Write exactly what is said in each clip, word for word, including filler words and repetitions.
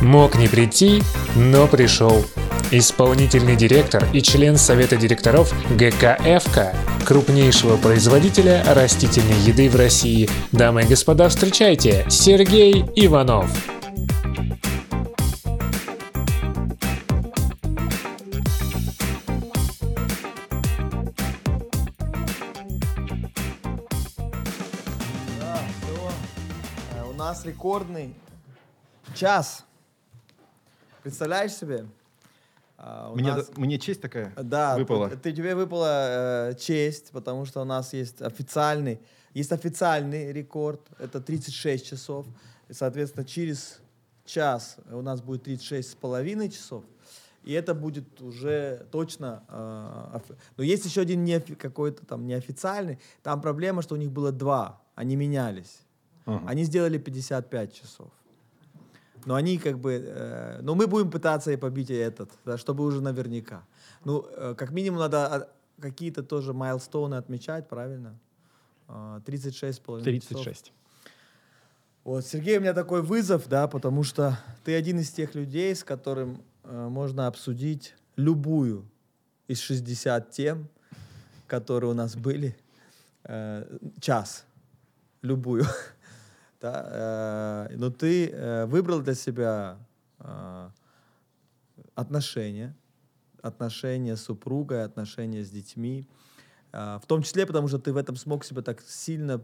Мог не прийти, но пришел. Исполнительный директор и член Совета директоров ГКФК, крупнейшего производителя растительной еды в России. Дамы и господа, встречайте, Сергей Иванов. Да, все. У нас рекордный час. Представляешь себе? Uh, у мне, нас... да, мне честь такая да, выпала. Ты, ты, тебе выпала э, честь, потому что у нас есть официальный, есть официальный рекорд, это тридцать шесть часов. И, соответственно, через час у нас будет тридцать шесть с половиной часов. И это будет уже точно... Э, офи... Но есть еще один не, какой-то там неофициальный. Там проблема, что у них было два, они менялись. Uh-huh. Они сделали пятьдесят пять часов. Но они как бы... Э, но мы будем пытаться и побить и этот, да, чтобы уже наверняка. Ну, э, как минимум надо какие-то тоже майлстоуны отмечать, правильно? Э, тридцать шесть с половиной тридцать шесть. Вот, Сергей, у меня такой вызов, да, потому что ты один из тех людей, с которым э, можно обсудить любую из шестидесяти тем, которые у нас были. Э, час. Любую. Да, э, но ты э, выбрал для себя э, отношения, отношения с супругой, отношения с детьми, э, в том числе потому, что ты в этом смог себя так сильно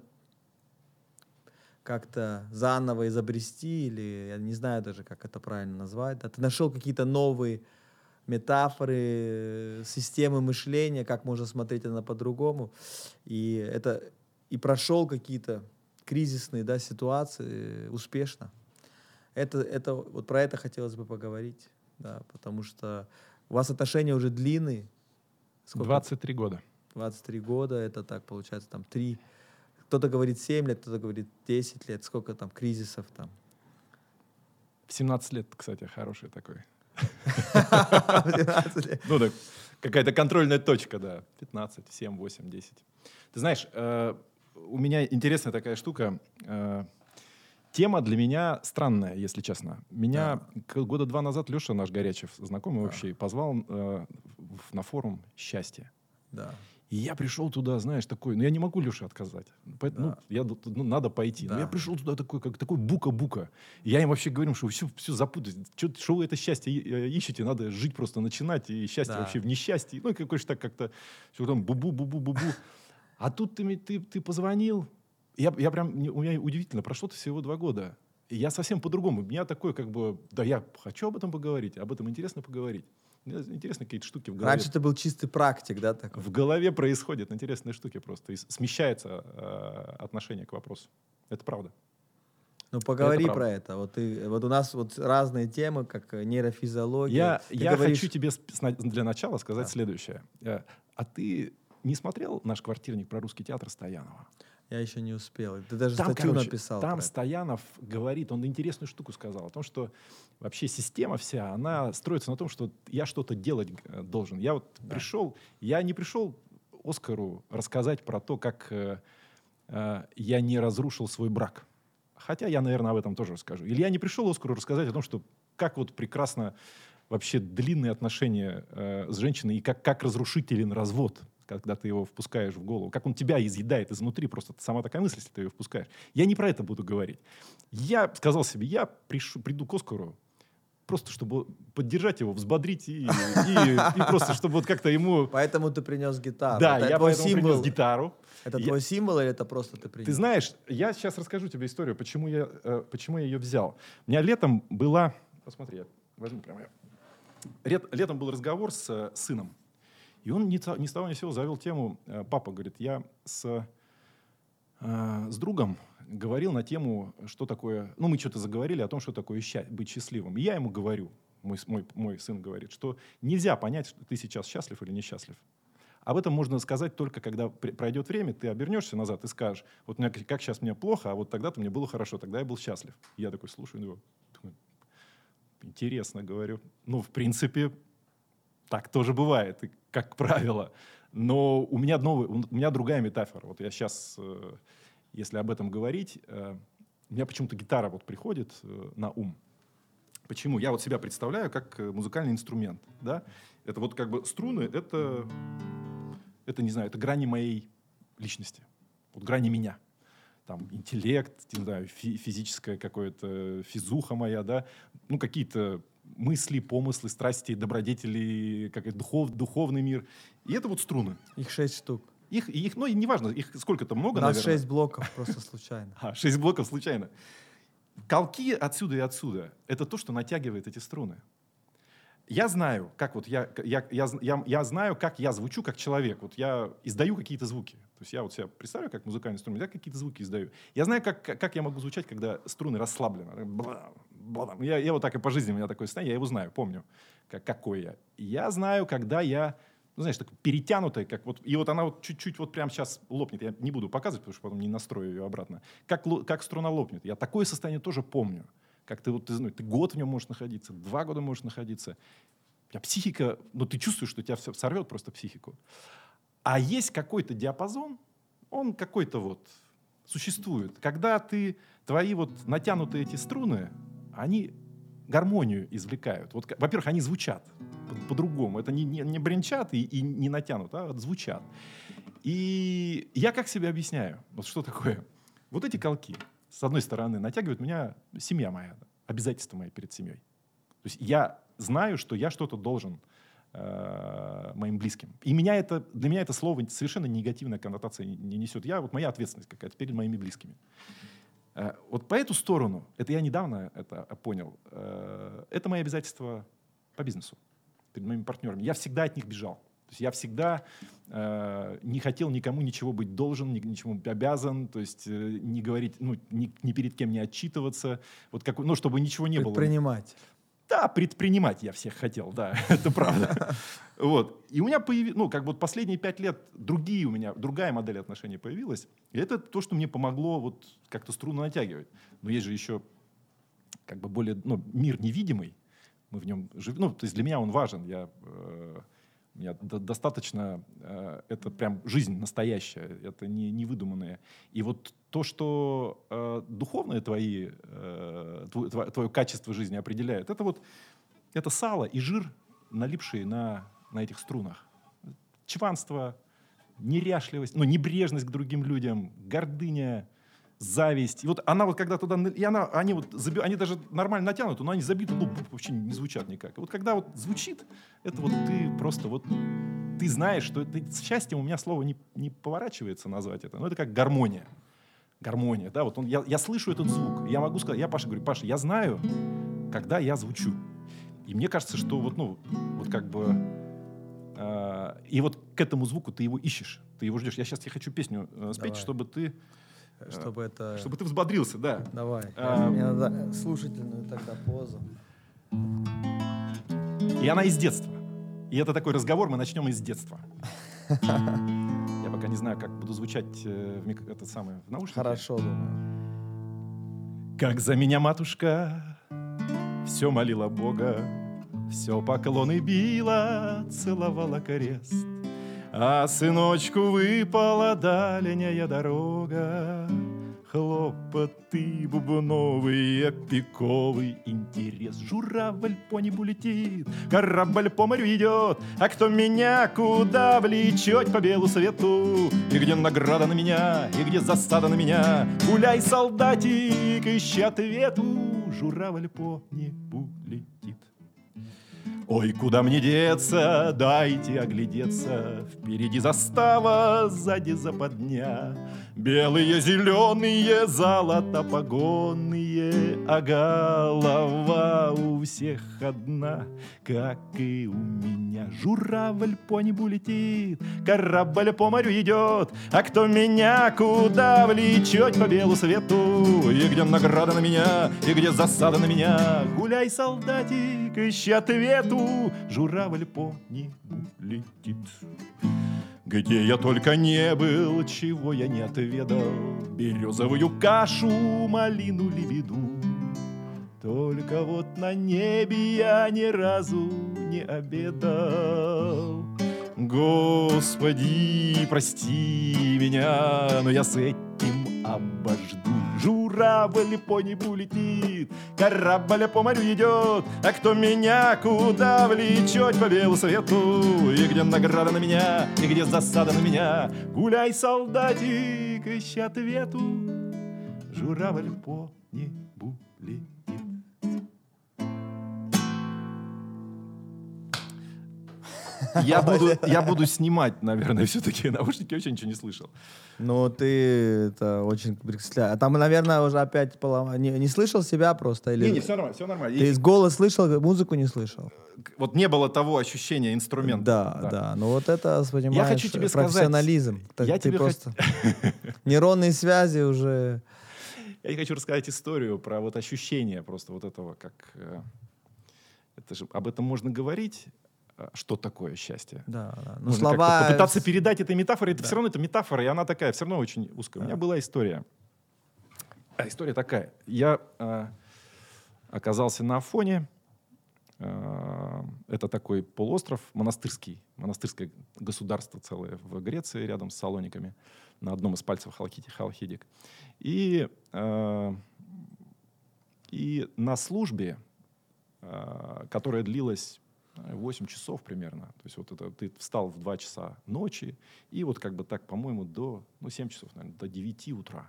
как-то заново изобрести, или я не знаю даже, как это правильно назвать. Да? Ты нашел какие-то новые метафоры, системы мышления, как можно смотреть это по-другому, и, это, и прошел какие-то кризисные, да, ситуации успешно. Это, это, вот про это хотелось бы поговорить, да, потому что у вас отношения уже длинные. Сколько? двадцать три года. двадцать три года, это так получается там три. Кто-то говорит семь лет, кто-то говорит десять лет. Сколько там кризисов там? В семнадцать лет, кстати, хороший такой. семнадцать лет. Ну да, какая-то контрольная точка, да. пятнадцать, семь, восемь, десять. Ты знаешь, у меня интересная такая штука. Э, тема для меня странная, если честно. Меня да. года два назад Леша, наш Горячев, знакомый да. общий, позвал э, на форум «Счастье». Да. И я пришел туда, знаешь, такой... Ну, я не могу Леше отказать. Поэтому, да. ну, я, ну, надо пойти. Да. Но я пришел туда такой, как такой бука-бука. И я им вообще говорю, что вы все, все запутаете. Что вы это счастье ищете? Надо жить просто, начинать. И счастье да. вообще в несчастье. Ну, какой-то так как-то... Что там бу-бу-бу-бу-бу-бу. А тут ты, ты, ты позвонил, я, я прям, у меня удивительно, прошло-то всего два года. И я совсем по-другому. У меня такой, как бы, да, я хочу об этом поговорить, об этом интересно поговорить. Интересно какие-то штуки в голове. Раньше ты был чистый практик, да? Такой? В голове происходят интересные штуки просто. И смещается э, отношение к вопросу. Это правда. Ну, поговори это про это. Вот, ты, вот у нас вот разные темы, как нейрофизиология. Я, я говоришь... хочу тебе для начала сказать да. следующее. А ты... Не смотрел наш квартирник про русский театр Стоянова? Я еще не успел. Ты даже там, статью короче, написал. Там Стоянов говорит, он интересную штуку сказал, о том, что вообще система вся, она строится на том, что я что-то делать должен. Я вот да. пришел, я не пришел Оскару рассказать про то, как э, э, я не разрушил свой брак. Хотя я, наверное, об этом тоже расскажу. Или я не пришел Оскару рассказать о том, что как вот прекрасно вообще длинные отношения э, с женщиной и как, как разрушителен развод, когда ты его впускаешь в голову, как он тебя изъедает изнутри, просто сама такая мысль, если ты ее впускаешь. Я не про это буду говорить. Я сказал себе, я пришу, приду к Оскару, просто чтобы поддержать его, взбодрить и, и, и просто, чтобы вот как-то ему... Поэтому ты принес гитару. Да, это я поэтому символ. принес гитару. Это я... твой символ или это просто ты принес? Ты знаешь, я сейчас расскажу тебе историю, почему я, э, почему я ее взял. У меня летом была... Посмотри, я возьму прямо... Лет, летом был разговор с э, сыном. И он ни, ни с того ни с сего завел тему. Папа говорит, я с, э, с другом говорил на тему, что такое... Ну, мы что-то заговорили о том, что такое ща, быть счастливым. И я ему говорю, мой, мой, мой сын говорит, что нельзя понять, что ты сейчас счастлив или несчастлив. Об этом можно сказать только, когда пройдет время, ты обернешься назад и скажешь, вот у меня, как сейчас мне плохо, а вот тогда-то мне было хорошо, тогда я был счастлив. И я такой слушаю его. Интересно, говорю. Ну, в принципе... Так тоже бывает, как правило. Но у меня, новый, у меня другая метафора. Вот я сейчас, если об этом говорить, у меня почему-то гитара вот приходит на ум. Почему? Я вот себя представляю как музыкальный инструмент, да? Это вот как бы струны, это, это, не знаю, это грани моей личности, вот грани меня. Там интеллект, не знаю, фи- физическая какая-то физуха моя, да, ну какие-то мысли, помыслы, страсти, добродетели, как духов, духовный мир. И это вот струны. Их шесть штук. Их, их, ну, неважно, их сколько-то много, У нас наверное. шесть блоков просто случайно. А, шесть блоков случайно. Колки отсюда и отсюда — это то, что натягивает эти струны. Я знаю, как вот я, я, я, я, я знаю, как я звучу как человек. Вот я издаю какие-то звуки. То есть я вот себя представляю как музыкальный инструмент, я какие-то звуки издаю. Я знаю, как, как я могу звучать, когда струны расслаблены. Бла, бла. Я, я вот так и по жизни, у меня такое состояние, я его знаю, помню, как, какой я. Я знаю, когда я, ну, знаешь, так перетянутая, как вот, и вот она вот чуть-чуть вот прямо сейчас лопнет. Я не буду показывать, потому что потом не настрою ее обратно. Как, как струна лопнет. Я такое состояние тоже помню. Как ты, вот, ты, ну, ты год в нем можешь находиться, два года можешь находиться. У тебя психика, ну ты чувствуешь, что тебя все сорвет просто психику. А есть какой-то диапазон, он какой-то вот существует. Когда ты, твои вот натянутые эти струны, они гармонию извлекают. Вот, во-первых, они звучат по- по-другому. Это не, не, не бренчат и, и не натянут, а вот звучат. И я как себе объясняю, вот что такое? Вот эти колки, с одной стороны, натягивает меня семья моя, обязательства мои перед семьей. То есть я знаю, что я что-то должен э, моим близким. И меня это, для меня это слово совершенно негативная коннотация не несет. Я, вот моя ответственность какая-то перед моими близкими. Э, вот по эту сторону, это я недавно это понял, э, это мои обязательства по бизнесу перед моими партнерами. Я всегда от них бежал. То есть я всегда э, не хотел никому ничего быть должен, ни, ничему обязан, то есть э, не говорить, ну, ни, ни перед кем не отчитываться, вот как, ну, чтобы ничего не было. Предпринимать. Да, предпринимать я всех хотел, да, это правда. Вот. И у меня появилось, ну, как бы вот последние пять лет другие у меня, другая модель отношений появилась. И это то, что мне помогло вот как-то струну натягивать. Но есть же еще как бы более, ну, мир невидимый, мы в нем живем, ну, то есть для меня он важен, я... Э, У меня до- достаточно, э, это прям жизнь настоящая, это не, не выдуманная. И вот то, что э, духовные твои, э, твое, твое, твое качество жизни определяет, это вот это сало и жир, налипшие на, на этих струнах. Чванство, неряшливость, ну, небрежность к другим людям, гордыня, зависть. И вот она вот когда туда... И она, они, вот, заби, они даже нормально натянуты, но они забиты, ну, вообще не звучат никак. И вот когда вот звучит, это вот ты просто вот... Ты знаешь, что это, с счастьем у меня слово не, не поворачивается назвать это, но это как гармония. Гармония, да, вот он, я, я слышу этот звук. Я могу сказать, я Паше говорю, Паша, я знаю, когда я звучу. И мне кажется, что вот, ну, вот как бы... Э, и вот к этому звуку ты его ищешь, ты его ждешь. Я сейчас тебе хочу песню э, спеть, Давай. чтобы ты... Чтобы это... Чтобы ты взбодрился, да. Давай. А, Мне надо слушательную тогда позу. И она из детства. И это такой разговор, мы начнем из детства. Я пока не знаю, как буду звучать э, в, мик... это самое, в наушнике. Хорошо, думаю. Как за меня матушка все молила Бога, все поклоны била, целовала крест. А сыночку выпала дальняя дорога, хлопоты бубновые, пиковый интерес. Журавль по небу летит, корабль по морю идет, а кто меня куда влечет по белу свету? И где награда на меня, и где засада на меня? Гуляй, солдатик, ищи ответу. Журавль по небу летит. Ой, куда мне деться, дайте оглядеться. Впереди застава, сзади западня. Белые, зеленые, золото погонные, а голова у всех одна, как и у меня. Журавль по небу летит, корабль по морю идет, а кто меня куда влечет по белу свету? И где награда на меня, и где засада на меня? Гуляй, солдатик, ищи ответу. Журавль по небу летит. Где я только не был, чего я не отведал, березовую кашу, малину, лебеду. Только вот на небе я ни разу не обедал. Господи, прости меня, но я с этим обожду. Журавль Журавль по небу летит, корабль по морю идет, а кто меня куда влечет по белу свету? И где награда на меня, и где засада на меня? Гуляй, солдатик, ищи ответу. Журавль по небу летит. Я буду, я буду снимать, наверное, все-таки наушники, вообще ничего не слышал. Ну, ты это очень представляешь. А там, наверное, уже опять поломал. Не, не слышал себя просто? Или... Не, не, все нормально, все нормально. Ты И- из голос слышал, музыку не слышал? Вот не было того ощущения инструмента. Да, да. Ну вот это, понимаешь, Я хочу тебе сказать, профессионализм. Так я ты тебе просто... Нейронные связи уже... Я хочу рассказать историю про вот ощущение просто вот этого, как... э, Это же, об этом можно говорить, э, что такое счастье. Да, да. Ну, Можно слова... как-то попытаться передать этой метафорой. Это Да. все равно это метафора, и она такая, все равно очень узкая. У меня была история. А история такая. Я э, оказался на Афоне. Э, это такой полуостров монастырский. Монастырское государство целое в Греции, рядом с Салониками. На одном из пальцев Халхи- Халхидик. И, э, и на службе, э, которая длилась восемь часов примерно. То есть вот это ты встал в два часа ночи, и вот как бы так, по-моему, до ну, семь часов, наверное, до девяти утра.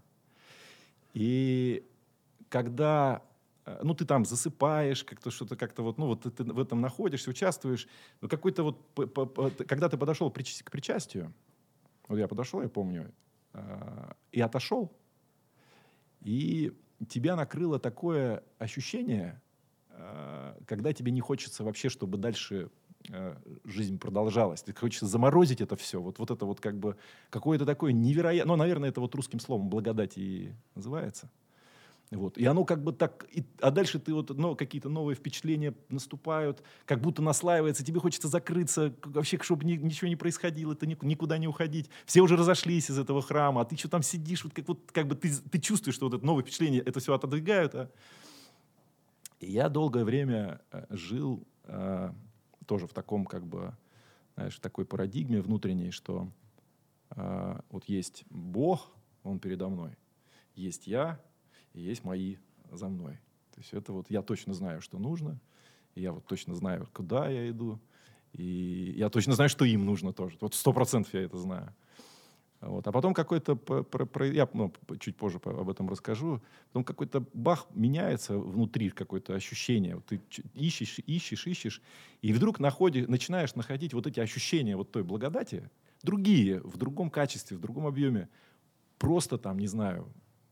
И когда э, ну, ты там засыпаешь, как-то что-то как-то вот, ну, вот ты в этом находишься, участвуешь. Но какой-то вот, п- п- п- когда ты подошел прича- к причастию, вот я подошел, я помню, э, и отошел, и тебя накрыло такое ощущение, э, когда тебе не хочется вообще, чтобы дальше э, жизнь продолжалась. Ты хочется заморозить это все. Вот, вот это вот как бы какое-то такое невероятное... Ну, наверное, это вот русским словом благодать и называется. Вот. И оно как бы так... И, а дальше ты вот, ну, какие-то новые впечатления наступают, как будто наслаивается, тебе хочется закрыться, вообще, чтобы ни, ничего не происходило, ты ни- никуда не уходить. Все уже разошлись из этого храма, а ты что там сидишь, вот как, вот, как бы ты, ты чувствуешь, что вот это новое впечатление, это все отодвигают. А? И я долгое время э, жил э, тоже в таком, как бы, знаешь, в такой парадигме внутренней, что э, вот есть Бог, Он передо мной, есть я, и есть мои за мной. То есть это вот я точно знаю, что нужно, и я вот точно знаю, куда я иду, и я точно знаю, что им нужно тоже. Вот сто процентов я это знаю. Вот. А потом какой-то, по- про- про- я ну, чуть позже по- об этом расскажу, потом какой-то бах меняется внутри, какое-то ощущение. Вот ты ч- ищешь, ищешь, ищешь, и вдруг находи, начинаешь находить вот эти ощущения вот той благодати, другие, в другом качестве, в другом объеме, просто там, не знаю,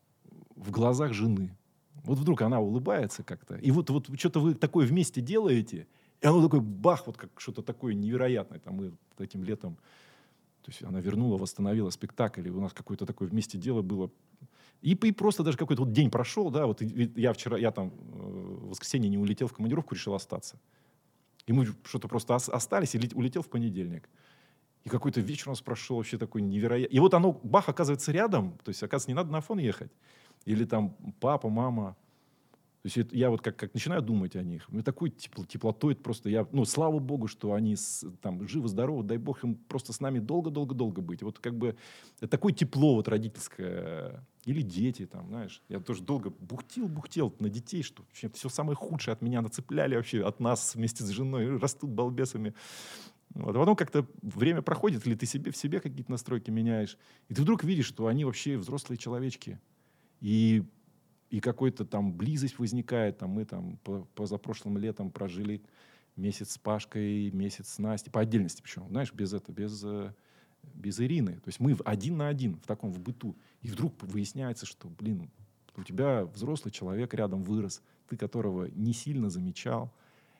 в глазах жены. Вот вдруг она улыбается как-то, и вот, вот что-то вы такое вместе делаете, и оно такое бах, вот как что-то такое невероятное. Там мы этим летом, то есть она вернула, восстановила спектакль, и у нас какое-то такое вместе дело было. И, и просто даже какой-то вот день прошел, да, вот и- и я вчера, я там э, в воскресенье не улетел в командировку, решил остаться. И мы что-то просто ос- остались, и лет- улетел в понедельник. И какой-то вечер у нас прошел вообще такой невероятный. И вот оно, бах, оказывается рядом. То есть, оказывается, не надо на Афон ехать. Или там папа, мама. То есть это, я вот как, как начинаю думать о них, мне такой тепло, теплотой просто. Я, ну, слава Богу, что они с- там живы-здоровы, дай Бог им просто с нами долго-долго-долго быть. Вот как бы это такое тепло вот родительское. Или дети там, знаешь. Я тоже долго бухтел-бухтел на детей, что вообще все самое худшее от меня нацепляли вообще, от нас вместе с женой, растут балбесами. Вот. А потом как-то время проходит, или ты себе, в себе какие-то настройки меняешь, и ты вдруг видишь, что они вообще взрослые человечки. И, и какой-то там близость возникает. Там мы там по- позапрошлым летом прожили месяц с Пашкой, месяц с Настей. По отдельности причем, знаешь, без этого, без, э, без Ирины. То есть мы в- один на один в таком, в быту. И вдруг выясняется, что, блин, у тебя взрослый человек рядом вырос, ты которого не сильно замечал.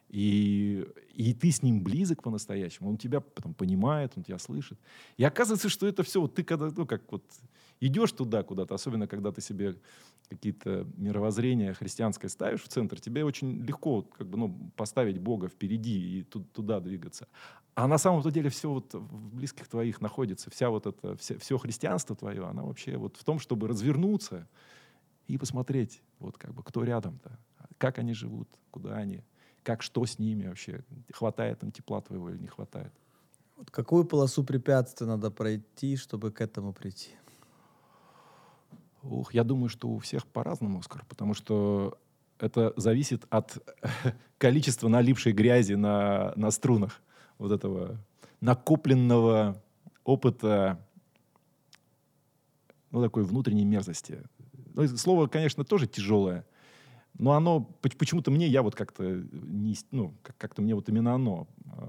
И, и ты с ним близок по-настоящему, он тебя потом понимает, он тебя слышит. И оказывается, что это все, вот ты когда, ну, как вот идешь туда куда-то, особенно когда ты себе какие-то мировоззрения христианское ставишь в центр, тебе очень легко как бы, ну, поставить Бога впереди и ту- туда двигаться. А на самом-то деле все вот в близких твоих находится, вся вот это, все, все христианство твое, оно вообще вот в том, чтобы развернуться и посмотреть, вот как бы, кто рядом-то, как они живут, куда они, как, что с ними вообще, хватает им тепла твоего или не хватает. Вот какую полосу препятствий надо пройти, чтобы к этому прийти? Ух, я думаю, что у всех по-разному, Оскар, потому что это зависит от количества налипшей грязи на, на струнах, вот этого накопленного опыта, ну, такой внутренней мерзости. Ну, слово, конечно, тоже тяжелое, но оно, почему-то мне, я вот как-то, не, ну, как-то мне вот именно оно.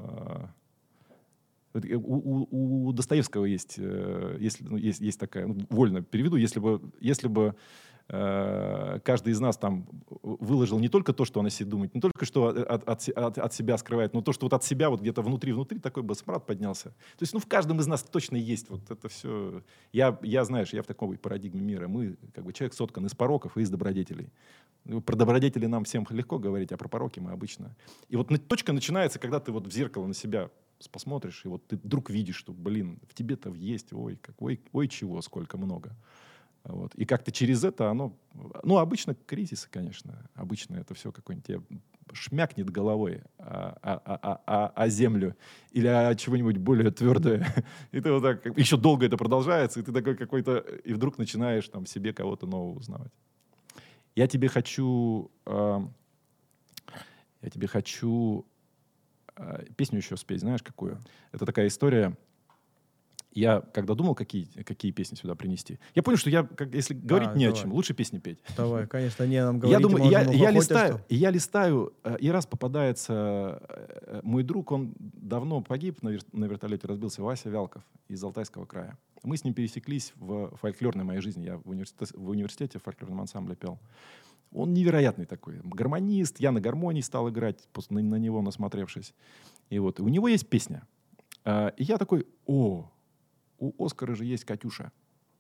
У, у, у Достоевского есть, есть, ну, есть, есть такая, ну, вольно переведу, если бы, если бы э, каждый из нас там выложил не только то, что он о себе думает, не только что от, от, от, от себя скрывает, но то, что вот от себя вот где-то внутри-внутри такой бы смрад поднялся. То есть, ну, в каждом из нас точно есть вот это все. Я, я, знаешь, я в такой парадигме мира. Мы, как бы, человек соткан из пороков и из добродетелей. Про добродетели нам всем легко говорить, а про пороки мы обычно. И вот точка начинается, когда ты вот в зеркало на себя посмотришь, и вот ты вдруг видишь, что, блин, в тебе-то есть, ой, как, ой, ой, чего, сколько много. Вот. И как-то через это оно... Ну, обычно кризисы, конечно. Обычно это все какой-нибудь тебе шмякнет головой о, о, о, о, о землю или о чего-нибудь более твердое. И ты вот так... Еще долго это продолжается, и ты такой какой-то... И вдруг начинаешь там в себе кого-то нового узнавать. Я тебе хочу... Э, я тебе хочу... Песню еще спеть, знаешь, какую? Это такая история. Я, когда думал, какие, какие песни сюда принести, я понял, что я, как, если говорить а, не давай. о чем, лучше песни петь. Давай, конечно, не нам говорить. Я думаю, я, я, листаю, я листаю, и раз попадается мой друг, он давно погиб, на, вер, на вертолете разбился, Вася Вялков из Алтайского края. Мы с ним пересеклись в фольклорной моей жизни. Я в университете, в университете в фольклорном ансамбле пел. Он невероятный такой гармонист. Я на гармонии стал играть, после, на, на него насмотревшись. И вот и у него есть песня. А, и я такой, о, у Оскара же есть «Катюша».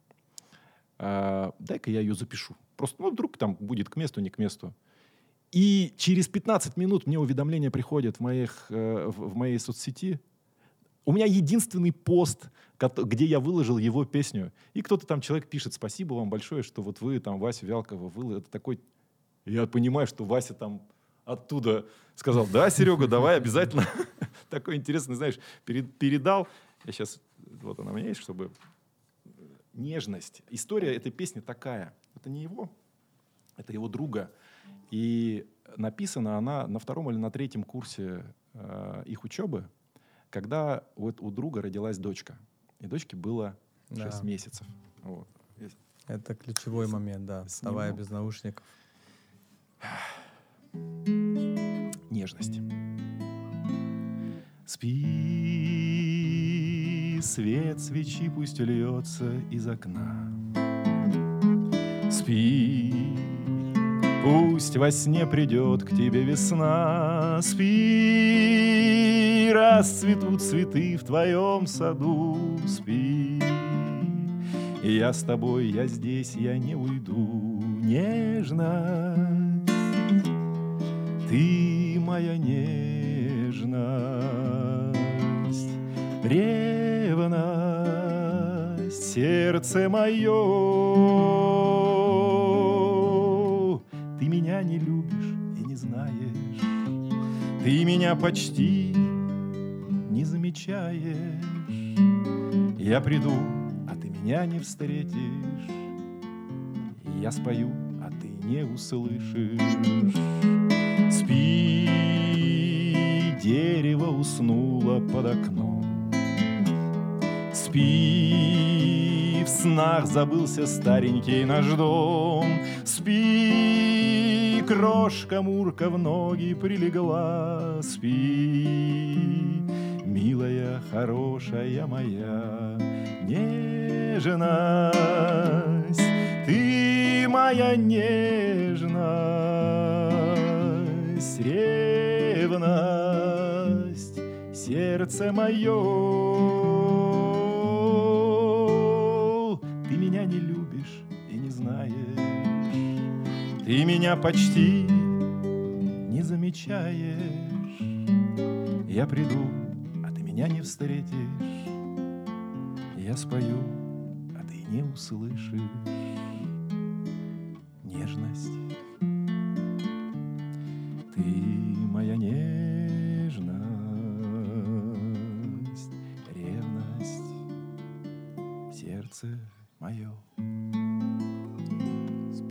А, дай-ка я ее запишу. Просто, ну, вдруг там будет к месту, не к месту. И через пятнадцать минут мне уведомление приходит в, моих, э, в, в моей соцсети. У меня единственный пост, где я выложил его песню. И кто-то там, человек пишет: спасибо вам большое, что вот вы там Васю Вялкова выложили. Это такой... Я понимаю, что Вася там оттуда сказал: да, Серега, давай обязательно. Такой интересный, знаешь, передал. Я сейчас... Вот она у меня есть, чтобы... Нежность. История этой песни такая. Это не его, это его друга. И написана она на втором или на третьем курсе э, их учебы, когда вот у друга родилась дочка. И дочке было шесть да. месяцев. Вот. Это ключевой С... момент, да. Вставая без наушников. Нежность. Спи, свет свечи пусть льется из окна. Спи, пусть во сне придет к тебе весна. Спи, расцветут цветы в твоем саду. Спи, я с тобой, я здесь, я не уйду. Нежность, ты моя нежность, ревность, сердце мое. Ты меня не любишь и не знаешь, ты меня почти не замечаешь. Я приду, а ты меня не встретишь. Я спою, а ты не услышишь. Спи, дерево уснуло под окном. Спи, в снах забылся старенький наш дом. Спи, крошка Мурка в ноги прилегла. Спи, милая, хорошая моя нежность. Ты моя нежность, ревность, сердце мое. Ты меня не любишь и не знаешь, ты меня почти не замечаешь. Я приду, а ты меня не встретишь. Я спою, а ты не услышишь. Нежность, ты моя нежность, ревность, сердце мое.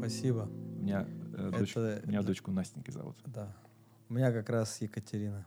Спасибо. У меня, э, дочь, Это- у меня дочку Настенькой зовут. Да. У меня как раз Екатерина.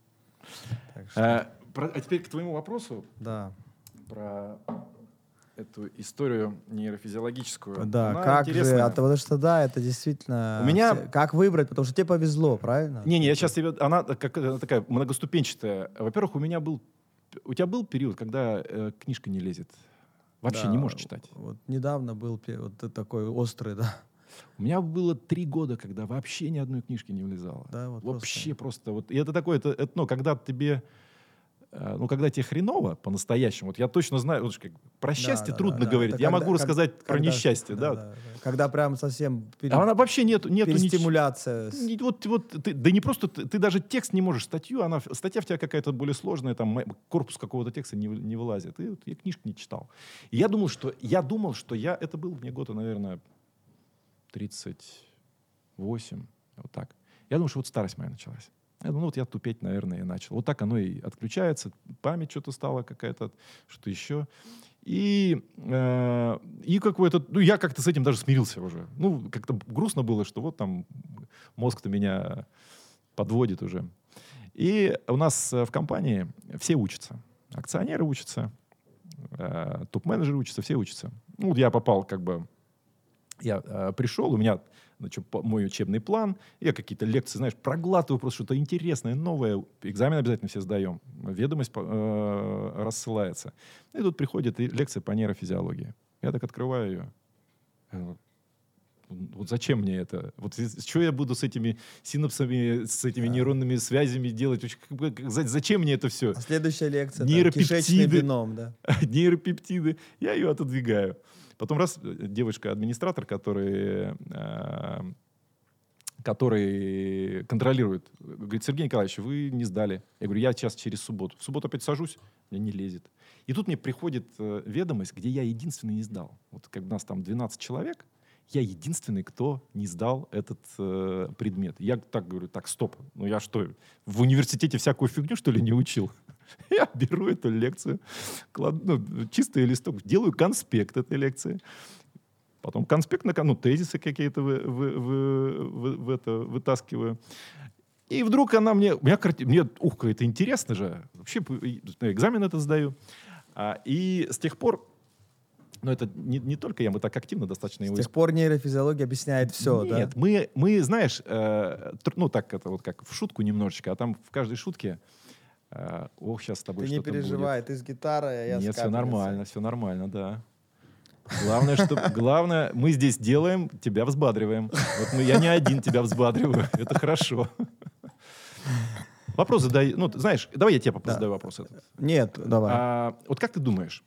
Так что, А, про- а теперь к твоему вопросу да. про эту историю нейрофизиологическую. Да, Она как же, интересная. а, потому что да, это действительно... У меня- все- Как выбрать, потому что тебе повезло, правильно? Не-не, я сейчас тебе... Она как, она такая многоступенчатая. Во-первых, у меня был... У тебя был период, когда э, книжка не лезет? Вообще Да, не можешь читать? Вот недавно был пе- вот такой острый, да. У меня было три года, когда вообще ни одной книжки не влезало. Да, вот Вообще просто. Вот, и это такое, это, это, ну, когда тебе... э, Ну, когда тебе хреново по-настоящему, вот я точно знаю, вот, как, про счастье да, трудно да, да. говорить, Это я когда- могу как- рассказать про когда- несчастье, да. да. Когда прям совсем пере- А она вообще нету, нету нич- перестимуляция. с- Не- Вот, вот ты, да не просто, ты, ты даже текст не можешь, статью, она, статья в тебя какая-то более сложная, там м- корпус какого-то текста не, вы- не вылазит. И вот я книжку не читал. И я думал, что я думал, что я, это был мне года, наверное, тридцать восемь, вот так. Я думал, что вот старость моя началась. Я думал, ну вот я тупеть, наверное, и начал. Вот так оно и отключается, память что-то стала какая-то, что-то еще. И, э, и какой-то, ну, я как-то с этим даже смирился уже. Ну, как-то грустно было, что вот там мозг-то меня подводит уже. И у нас э, в компании все учатся. Акционеры учатся, э, топ-менеджеры учатся, все учатся. Ну, вот я попал как бы, я э, пришел, у меня значит, по- мой учебный план, я какие-то лекции, знаешь, проглатываю просто что-то интересное, новое. Экзамен обязательно все сдаем. Ведомость по- э, рассылается. И тут приходит и лекция по нейрофизиологии. Я так открываю ее. Я думаю, вот зачем мне это? Вот что я буду с этими синапсами, с этими Да. нейронными связями делать? Вообще, как бы, как- за- Зачем мне это все? А следующая лекция там, Нейропептиды. кишечный бином, да. Нейропептиды. Я ее отодвигаю. Потом раз э, девочка-администратор, который, э, который контролирует, говорит: Сергей Николаевич, вы не сдали. Я говорю: я сейчас через субботу. В субботу опять сажусь, мне не лезет. И тут мне приходит э, ведомость, где я единственный не сдал. Вот как нас там двенадцать человек, я единственный, кто не сдал этот э, предмет. Я так говорю: так, стоп. Ну я что, в университете всякую фигню, что ли, не учил? Я беру эту лекцию, кладу, ну, чистый листок, делаю конспект этой лекции. Потом конспект, на, ну, тезисы какие-то вы, вы, вы, вы, в это, вытаскиваю. И вдруг она мне... У меня, карти- мне ух, это интересно же. Вообще и- экзамен это сдаю. А, и с тех пор... Но это не, не только я, мы так активно достаточно С его тех пор нейрофизиология объясняет все, да? Нет, мы, мы, знаешь, э, тр- ну так, это вот как в шутку немножечко, а там в каждой шутке, э, ох, сейчас с тобой Ты не что-то переживай, ты с гитарой, а я будет. с Нет, все капельницей. нормально, все нормально, да. Главное, что, главное, мы здесь делаем, тебя взбадриваем. Вот мы, я не один тебя взбадриваю, это хорошо. Вопрос задай, ну, ты знаешь, давай я тебе Да. задаю вопрос этот. Нет, давай. А, вот как ты думаешь,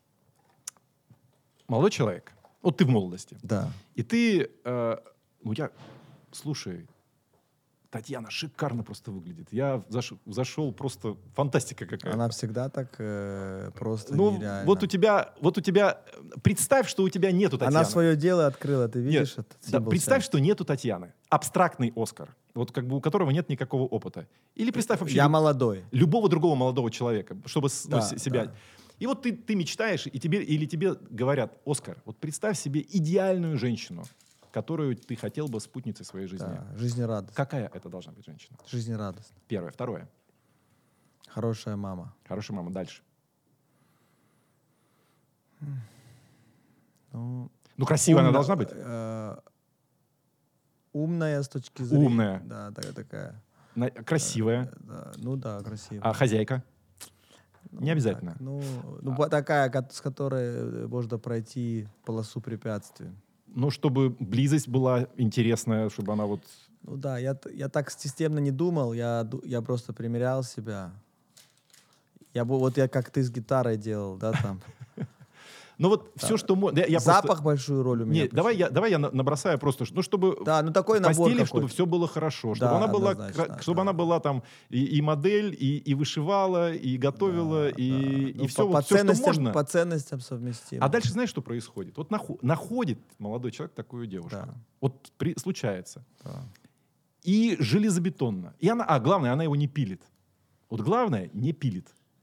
молодой человек, вот ты в молодости, Да. и ты, э, ну я, слушай, Татьяна шикарно просто выглядит. Я заш- зашел, просто фантастика какая-то. Она всегда так э, просто ну, нереально. вот у тебя, вот у тебя, представь, что у тебя нету Татьяны. Она свое дело открыла, ты видишь? Нет, этот да, символ представь, счастья? что нету Татьяны. Абстрактный Оскар, вот как бы у которого нет никакого опыта. Или представь вообще Я люб- молодой. любого другого молодого человека, чтобы с- ну, Да, с- себя. да. И вот ты, ты мечтаешь, и тебе, или тебе говорят: Оскар, вот представь себе идеальную женщину, которую ты хотел бы спутницей своей жизни. Да, жизнерадостная. Какая это должна быть женщина? Жизнерадостная. Первое. Второе. Хорошая мама. Хорошая мама. Дальше. Ну, Ну, красивая она умна- должна быть. э, умная с точки зрения. Умная. Да, такая. такая. На- красивая. Да, ну да, красивая. А хозяйка? Ну, Не обязательно. так, ну, ну, по- такая, ко- с которой э, можно пройти полосу препятствий. Ну, чтобы близость была интересная, чтобы она вот... Ну да, я, т- я так системно не думал, я, ду- я просто примерял себя. Я бы, вот я как ты с гитарой делал, да, там. Ну, вот все, что можно... Я, я Запах просто- большую роль у меня. Нет, давай я, давай я на- набросаю просто, ш- ну, чтобы Да, ну такой в набор постели, какой-то. чтобы все было хорошо, чтобы Да, она была, однозначно, кра- чтобы да. она была там и, и модель, и, и вышивала, и готовила, Да, и, да. и Ну, все, по, вот по все, что ценностям, можно. по ценностям совместимо. А дальше знаешь, что происходит? Вот нахо- находит молодой человек такую девушку. Да. Вот при- случается. Да. И железобетонно. И она, а главное, она его не пилит. Вот главное, не пилит.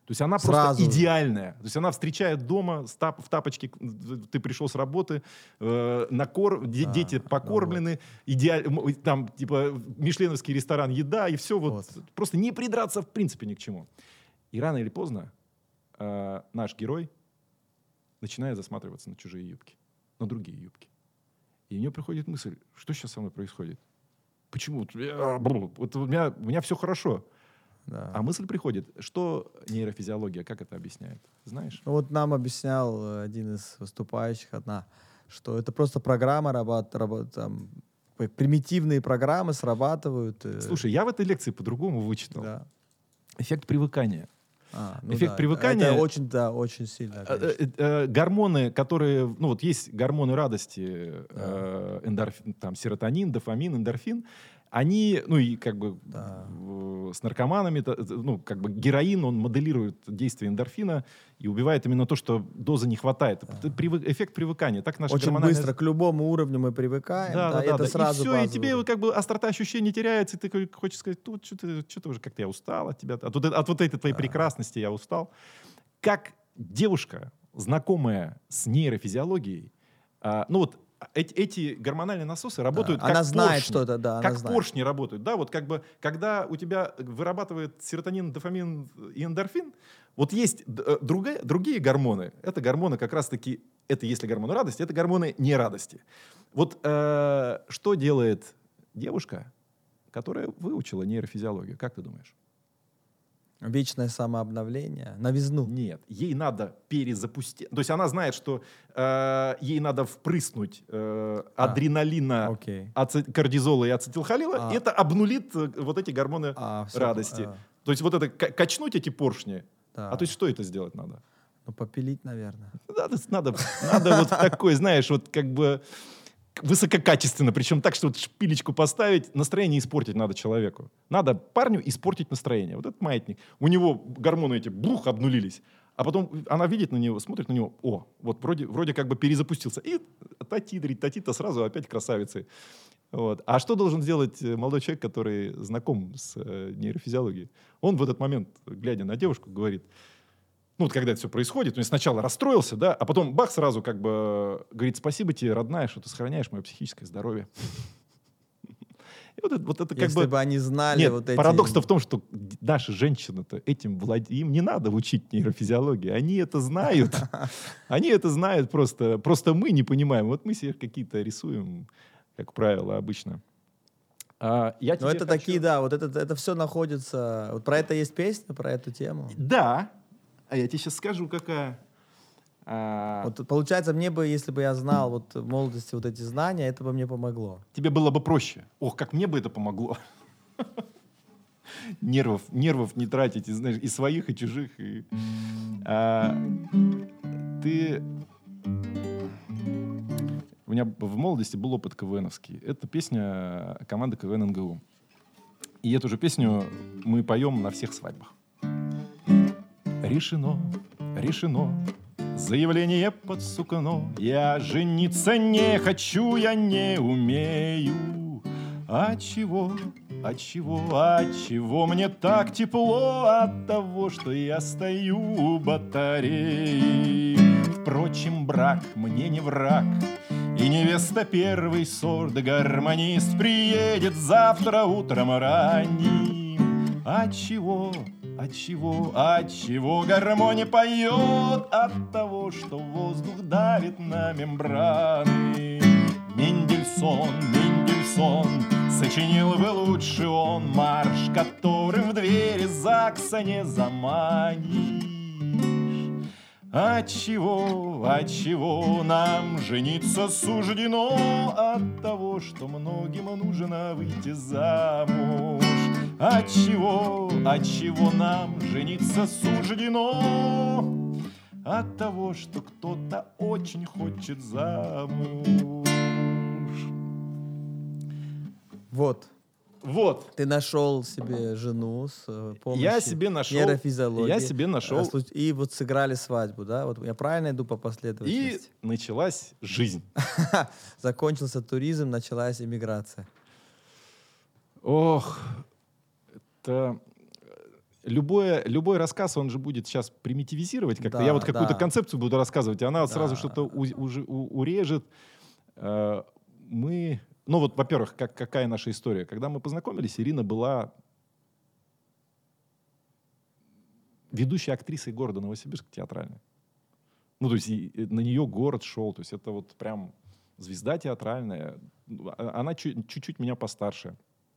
То есть она Сразу. просто идеальная. То есть она встречает дома с тап, в тапочке, ты пришел с работы, э, накор, де, А, дети покормлены, ну идеаль, м, там типа мишленовский ресторан, еда, и все вот, Вот. просто не придраться в принципе ни к чему. И рано или поздно э, наш герой начинает засматриваться на чужие юбки, на другие юбки. И у нее приходит мысль, что сейчас со мной происходит? Почему? Вот, я, бру, вот у меня, у меня все хорошо. Да. А мысль приходит, что нейрофизиология, как это объясняет? Знаешь? Ну, вот нам объяснял э, один из выступающих, одна, что это просто программа, работ, работ, там, п- примитивные программы срабатывают. э, Слушай, я в этой лекции по-другому вычитал. да. Эффект привыкания. А, ну Эффект да, привыкания- Это очень, да, очень сильно. Э, конечно. э, э, Гормоны, которые... Ну вот есть гормоны радости, э, эндорфин, там, серотонин, дофамин, эндорфин. Они, ну и как бы Да. э, с наркоманами, то, ну как бы героин, он моделирует действие эндорфина и убивает именно то, что дозы не хватает. Это привы- эффект привыкания. Так наша Очень гормональная... быстро к любому уровню мы привыкаем, Да, да, да, и да, это да. сразу И все, и базовый тебе уровень. как бы острота ощущений теряется, и ты как- хочешь сказать, тут что-то, что-то уже как-то я устал от тебя, от вот, от вот этой твоей прекрасности я устал. Как девушка, знакомая с нейрофизиологией, а, ну вот эти, эти гормональные насосы работают Да, как она знает, поршни. что это, да, она Как знает. поршни работают, да, вот как бы, когда у тебя вырабатывает серотонин, дофамин и эндорфин, вот есть д- э, другая- другие гормоны, это гормоны как раз-таки, это если гормоны радости, это гормоны нерадости. Вот э, что делает девушка, которая выучила нейрофизиологию, как ты думаешь? Вечное самообновление, новизну. Нет, ей надо перезапустить. То есть она знает, что э, ей надо впрыснуть э, А, адреналина, окей. аци- кортизола и ацетилхолила, А. и это обнулит э, вот эти гормоны А, всё, радости. а, То есть вот это к- качнуть эти поршни. да. А то есть что это сделать надо? Ну, попилить, наверное. Надо, надо, надо вот в такой, знаешь, вот как бы высококачественно, причем так, что вот шпилечку поставить, настроение испортить надо человеку. Надо парню испортить настроение. Вот этот маятник. У него гормоны эти, бух, обнулились. А потом она видит на него, смотрит на него, о, вот вроде, вроде как бы перезапустился. И тати-дрить, тати-то сразу опять красавицы. Вот. А что должен сделать э, молодой человек, который знаком с э, нейрофизиологией? Он в этот момент, глядя на девушку, говорит, ну вот когда это все происходит, он сначала расстроился, да, а потом бах, сразу как бы э, говорит, спасибо тебе, родная, что ты сохраняешь мое психическое здоровье. И вот это, вот это как Если бы... бы они знали Нет, вот эти... парадокс-то в том, что наши женщины-то этим владеют. Им не надо учить нейрофизиологию. Они это знают. Они это знают просто. Просто мы не понимаем. Вот мы себе какие-то рисуем, как правило, обычно. А я Но тебе это хочу- такие, да, вот это, это все находится... Вот про это есть песня, про эту тему. Да. А я тебе сейчас скажу, какая... А, Вот получается, мне бы, если бы я знал вот в молодости вот эти знания, это бы мне помогло. Тебе было бы проще. Ох, как мне бы это помогло. Нервов, нервов не тратить, и, знаешь, и своих, и чужих. И... А, ты... У меня в молодости был опыт КВНовский. Это песня команды КВН эн гэ у. И эту же песню мы поем на всех свадьбах. Решено, решено, заявление под сукно. Я жениться не хочу, я не умею. А чего, а чего, а чего мне так тепло от того, что я стою у батареи? Впрочем, брак мне не враг, и невеста первый сорт, гармонист приедет завтра утром ранним. А чего, от чего, от чего гармония поет? От того, что воздух давит на мембраны. Мендельсон, Мендельсон, сочинил бы лучше он марш, которым в двери ЗАГСа не заманишь. Отчего, отчего нам жениться суждено? От того, что многим нужно выйти замуж. Отчего, отчего нам жениться суждено? От того, что кто-то очень хочет замуж. Вот. Вот. Ты нашел себе жену с э, помощью Я себе нашел- нейрофизиологии. я себе нашел- А, слу- И вот сыграли свадьбу, да? Вот я правильно иду по И последовательности? началась жизнь. Закончился туризм, началась иммиграция. Ох, это... любое, любой рассказ, он же будет сейчас примитивизировать как-то. Да, Я вот какую-то да. концепцию буду рассказывать, и она Да. сразу что-то у- уже у- урежет. Э, Мы, ну вот, во-первых, как, какая наша история? Когда мы познакомились, Ирина была ведущей актрисой города Новосибирск театральной. Ну, то есть и- и на нее город шел. То есть это вот прям звезда театральная. А- Она чу- чуть-чуть меня постарше.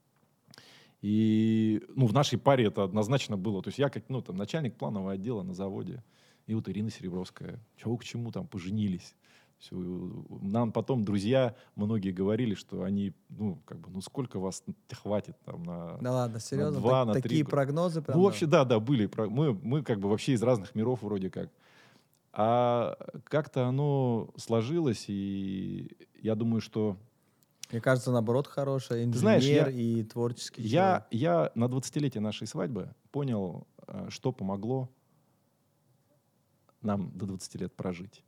И ну, в нашей паре это однозначно было. То есть я как ну, там, начальник планового отдела на заводе. И вот Ирина Серебровская. Чего к чему там поженились. Всё, нам потом друзья многие говорили, что они, ну, как бы, ну, сколько вас хватит там на... Да ладно, серьезно? два, Так- на три такие года. прогнозы прям? Ну, да? вообще, да, да, были. про- Мы, мы как бы вообще из разных миров вроде как. А как-то оно сложилось, и я думаю, что Мне кажется, наоборот, хорошая. Инженер знаешь, я- и творческий я, человек. я на двадцатилетие нашей свадьбы понял, э, что помогло нам до двадцати лет прожить.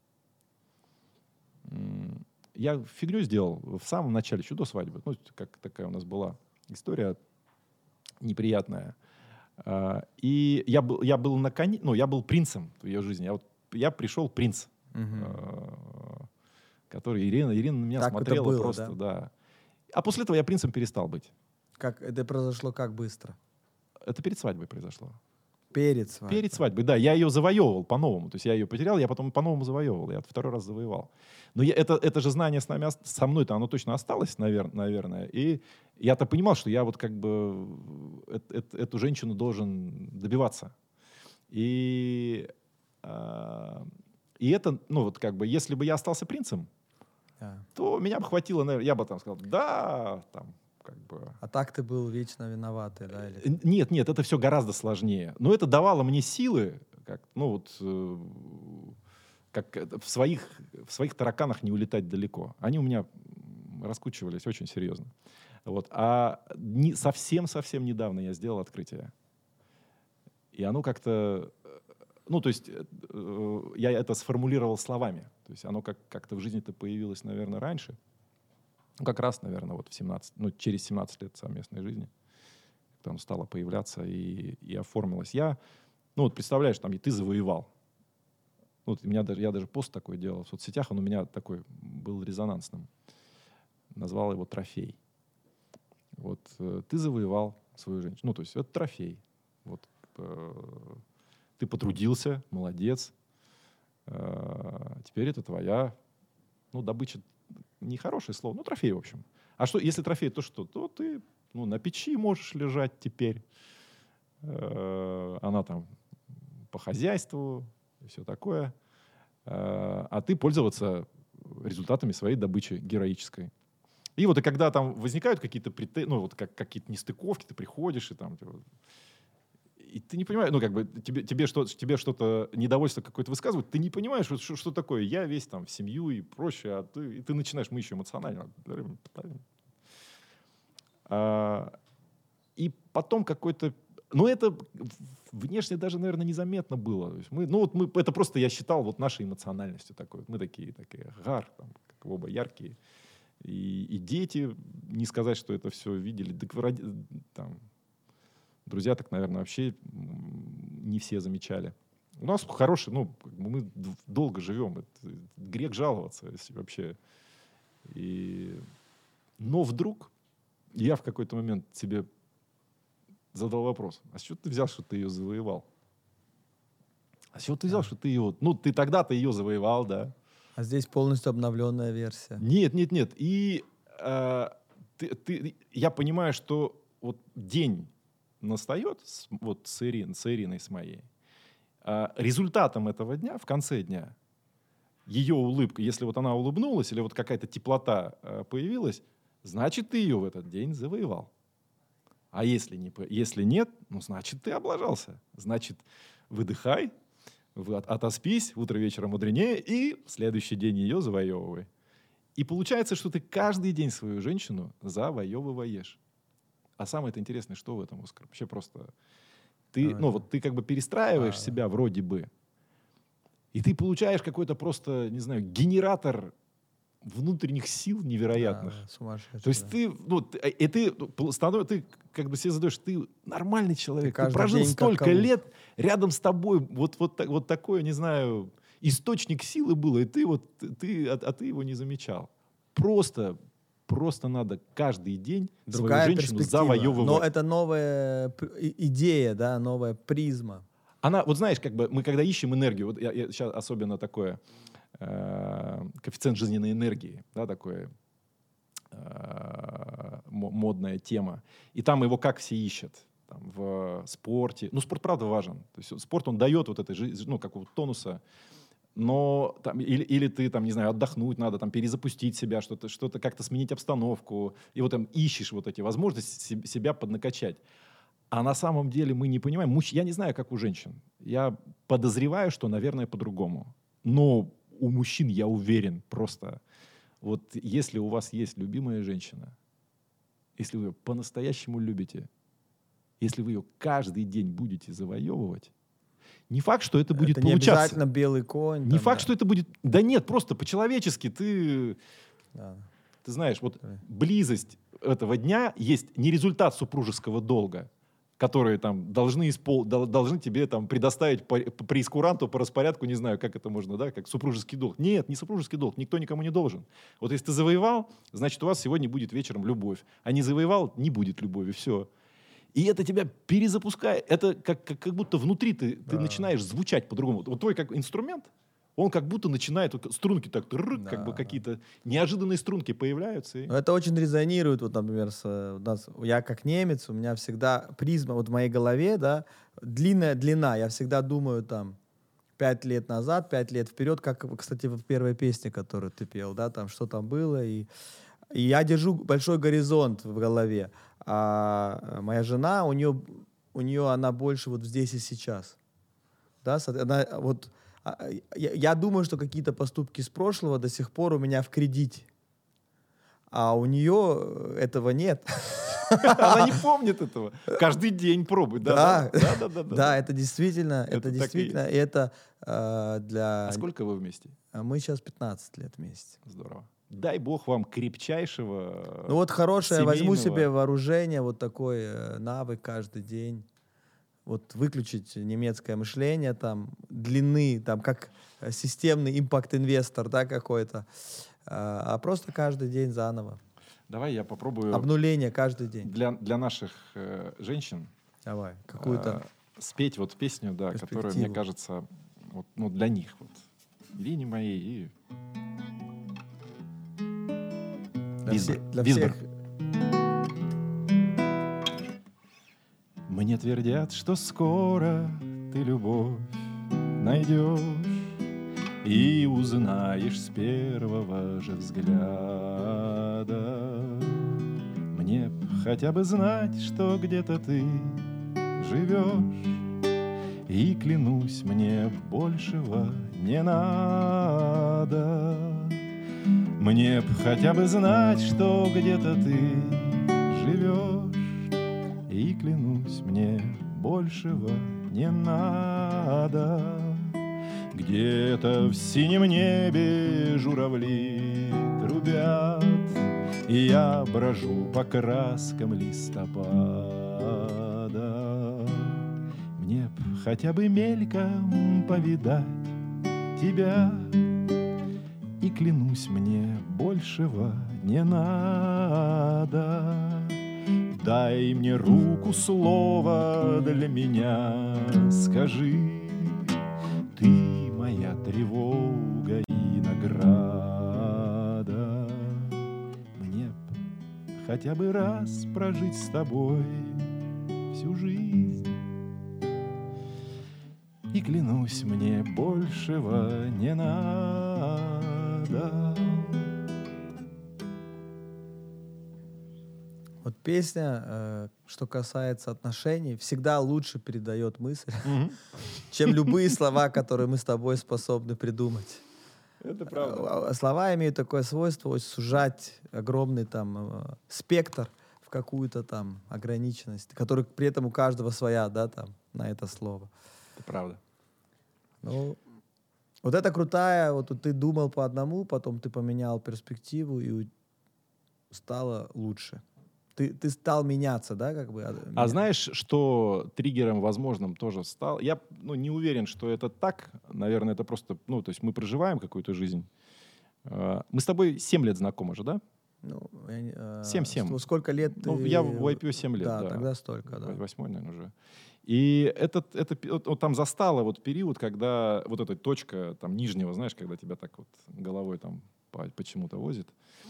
М, Я фигню сделал в самом начале, еще до свадьбы. Ну, как такая у нас была история неприятная. А, И я был, я был на коне, ну, я был принцем в ее жизни. Я, вот, я пришел принц, Мгм. э, который Ирина, Ирина на меня Так это смотрела было, просто, да? да. А после этого я принцем перестал быть. Как это произошло как быстро? Это перед свадьбой произошло. Перед свадьбой. Перед свадьбой, да. Я ее завоевывал по-новому. То есть я ее потерял, я потом по-новому завоевывал. Я второй раз завоевал. Но я, это, это же знание с нами, ост- со мной-то оно точно осталось, навер- наверное. И я-то понимал, что я вот как бы эт- эт- эту женщину должен добиваться. И, а, и это, ну вот как бы, если бы я остался принцем, Да. то меня бы хватило, наверное, я бы там сказал, да, там, как бы... А так ты был вечно виноватый, да? Или... Э, Нет, нет, это все гораздо сложнее. Но это давало мне силы, как, ну вот, э, как это, в своих, в своих тараканах не улетать далеко. Они у меня м, раскучивались очень серьезно. Вот. А не, совсем-совсем недавно я сделал открытие. И оно как-то... э, Ну, то есть э, э, я это сформулировал словами. То есть оно как, как-то в жизни-то появилось, наверное, раньше. Ну, как раз, наверное, вот в семнадцать, ну, через семнадцать лет совместной жизни. Как-то оно стало появляться и, и оформилось. Я, ну, вот представляешь, там, и ты завоевал. Ну, вот у меня даже, я даже пост такой делал в соцсетях, он у меня такой был резонансным. Назвал его «Трофей». Вот э, ты завоевал свою женщину. Ну, то есть это трофей. Вот, э, ты потрудился, молодец. Э, теперь это твоя, ну, добыча, нехорошее слово, ну, трофей, в общем. А что, если трофей, то что? То ты, ну, на печи можешь лежать теперь. Э, она там по хозяйству и все такое. Э, а ты пользоваться результатами своей добычи героической. И вот и когда там возникают какие-то претензии, ну, вот как, какие-то нестыковки, ты приходишь и там... типа, и ты не понимаешь, ну, как бы тебе, тебе, что, тебе что-то, недовольство какое-то высказывают, ты не понимаешь, вот, что, что такое. Я весь там в семью и прочее, а ты, и ты начинаешь, мы еще эмоционально. А, и потом какой-то... Ну, это внешне даже, наверное, незаметно было. То есть мы, ну, вот мы, это просто я считал вот нашей эмоциональностью такой. Вот мы такие, такие, гар, там, как оба яркие. И, и дети, не сказать, что это все видели. Так, роди- там, друзья так, наверное, вообще м, не все замечали. У нас хороший, ну, как бы мы д- долго живем. Это грех жаловаться, если вообще. И... Но вдруг я в какой-то момент себе задал вопрос. А с чего ты взял, что ты ее завоевал? А с чего ты взял, А. что ты ее... Ну, ты тогда-то ее завоевал, да? А здесь полностью обновленная версия. Нет, нет, нет. И э, ты, ты, я понимаю, что вот день настает с, вот с, Ирин, с Ириной, с моей. А результатом этого дня, в конце дня, ее улыбка, если вот она улыбнулась или вот какая-то теплота э, появилась, значит, ты ее в этот день завоевал. А если, не, по- если нет, ну, значит, ты облажался. Значит, выдыхай, вы от- отоспись, утро вечером мудренее, и в следующий день ее завоевывай. И получается, что ты каждый день свою женщину завоевываешь. А самое это интересное, что в этом, Оскар? Вообще просто... Ты, А, ну, да. вот ты как бы перестраиваешь А. себя вроде бы, и ты получаешь какой-то просто, не знаю, генератор внутренних сил невероятных. Да, сумасшедший, То есть да. ты, ну, ты, и ты, станов, ты как бы себе задаешь, ты нормальный человек, ты, каждый прожил день как столько калуш. лет, рядом с тобой вот, вот, так- вот такое, не знаю, источник силы было, и ты вот, ты, а, а ты его не замечал. Просто, просто надо каждый день Другая свою женщину перспектива. завоевывать. Но это новая п- и- идея, да, новая призма. Она, вот знаешь, как бы мы когда ищем энергию, вот я, я сейчас особенно такое, э, коэффициент жизненной энергии, да, такое э, мо- модная тема. И там его как все ищут. Там, в спорте. Ну, спорт, правда, важен. То есть спорт, он дает вот этой жизни, ну, какого-то тонуса. Но там, или, или ты, там, не знаю, отдохнуть надо, там, перезапустить себя, что-то, что-то как-то сменить обстановку. И вот там ищешь вот эти возможности се- себя поднакачать. А на самом деле мы не понимаем. Муж... Я не знаю, как у женщин. Я подозреваю, что, наверное, по-другому. Но у мужчин, я уверен, просто... Вот если у вас есть любимая женщина, если вы ее по-настоящему любите, если вы ее каждый день будете завоевывать, не факт, что это будет это не получаться. обязательно белый конь. Не там, факт, да. что это будет... Да нет, просто по-человечески ты... Да. Ты знаешь, вот Да. близость этого дня есть не результат супружеского долга, которые там должны, испол... дол- должны тебе там предоставить по, по прейскуранту, по распорядку, не знаю, как это можно, да, как супружеский долг. Нет, не супружеский долг, никто никому не должен. Вот если ты завоевал, значит, у вас сегодня будет вечером любовь. А не завоевал, не будет любови, все. И это тебя перезапускает. Это как, как, как будто внутри ты, ты Да. начинаешь звучать по-другому. Вот твой как инструмент, он как будто начинает, вот струнки так, трррр, Да, как бы да. какие-то неожиданные струнки появляются. и- Но это очень резонирует, вот, например, с, э, у нас, я как немец, у меня всегда призма вот в моей голове, да, длинная длина, я всегда думаю там пять лет назад, пять лет вперед, как, кстати, в первой песне, которую ты пел, да, там, что там было, и, и я держу большой горизонт в голове, а моя жена, у нее, у нее она больше вот здесь и сейчас, да, со- она вот, а, я, я думаю, что какие-то поступки с прошлого до сих пор у меня в кредите. А у нее этого нет. Она не помнит этого. Каждый день пробует. Да, Да, да, да, да, да. Да, это действительно, Это это так и действительно, и это э, для... А сколько вы вместе? А мы сейчас пятнадцать лет вместе. Здорово. Дай бог вам крепчайшего. Ну вот хорошее, возьму семейного. себе вооружение, вот такой э, навык каждый день. Вот выключить немецкое мышление, там, длины, там, как э, системный импакт-инвестор, да, какой-то. А, а просто каждый день заново. Давай я попробую Обнуление каждый день. для, для наших э, женщин Давай, какую-то... э, спеть вот песню, да, которая, мне перспективу. кажется, вот, ну, для них. Вот. Ирине моей и Для, Визбор. все- для Визбор. всех. Мне твердят, что скоро ты любовь найдешь и узнаешь с первого же взгляда. Мне б хотя бы знать, что где-то ты живешь, и клянусь, мне большего не надо. Мне б хотя бы знать, что где-то ты живешь, и клянусь, мне большего не надо. Где-то в синем небе журавли трубят, и я брожу по краскам листопада. Мне б хотя бы мельком повидать тебя, и клянусь, мне большего не надо. Дай мне руку, слово для меня скажи, ты моя тревога и награда. Мне б хотя бы раз прожить с тобой всю жизнь, и клянусь, мне большего не надо. Вот песня, э, что касается отношений, всегда лучше передает мысль, чем любые слова, которые мы с тобой способны придумать. Это Э, Слова имеют такое свойство вот сужать огромный там э, спектр в какую-то там ограниченность, который при этом у каждого своя, да, там, на это слово. Это правда. Ну, Вот это крутая, вот ты думал по одному, потом ты поменял перспективу и у- стало лучше. Ты, ты стал меняться, да, как бы? А меня- знаешь, что триггером возможным тоже стал? Я ну, не уверен, что это так. Наверное, это просто... Ну, то есть мы проживаем какую-то жизнь. А, Мы с тобой семь лет знакомы же, да? Ну, я не- э, семь-семь. сто- Сколько лет Ну, ты... я в ай пи о семь лет, да. Да, тогда столько, да. В- Восьмой, наверное, уже. И этот, это, пи- вот, вот там застало вот период, когда вот эта точка там нижнего, знаешь, когда тебя так вот головой там по- почему-то возит.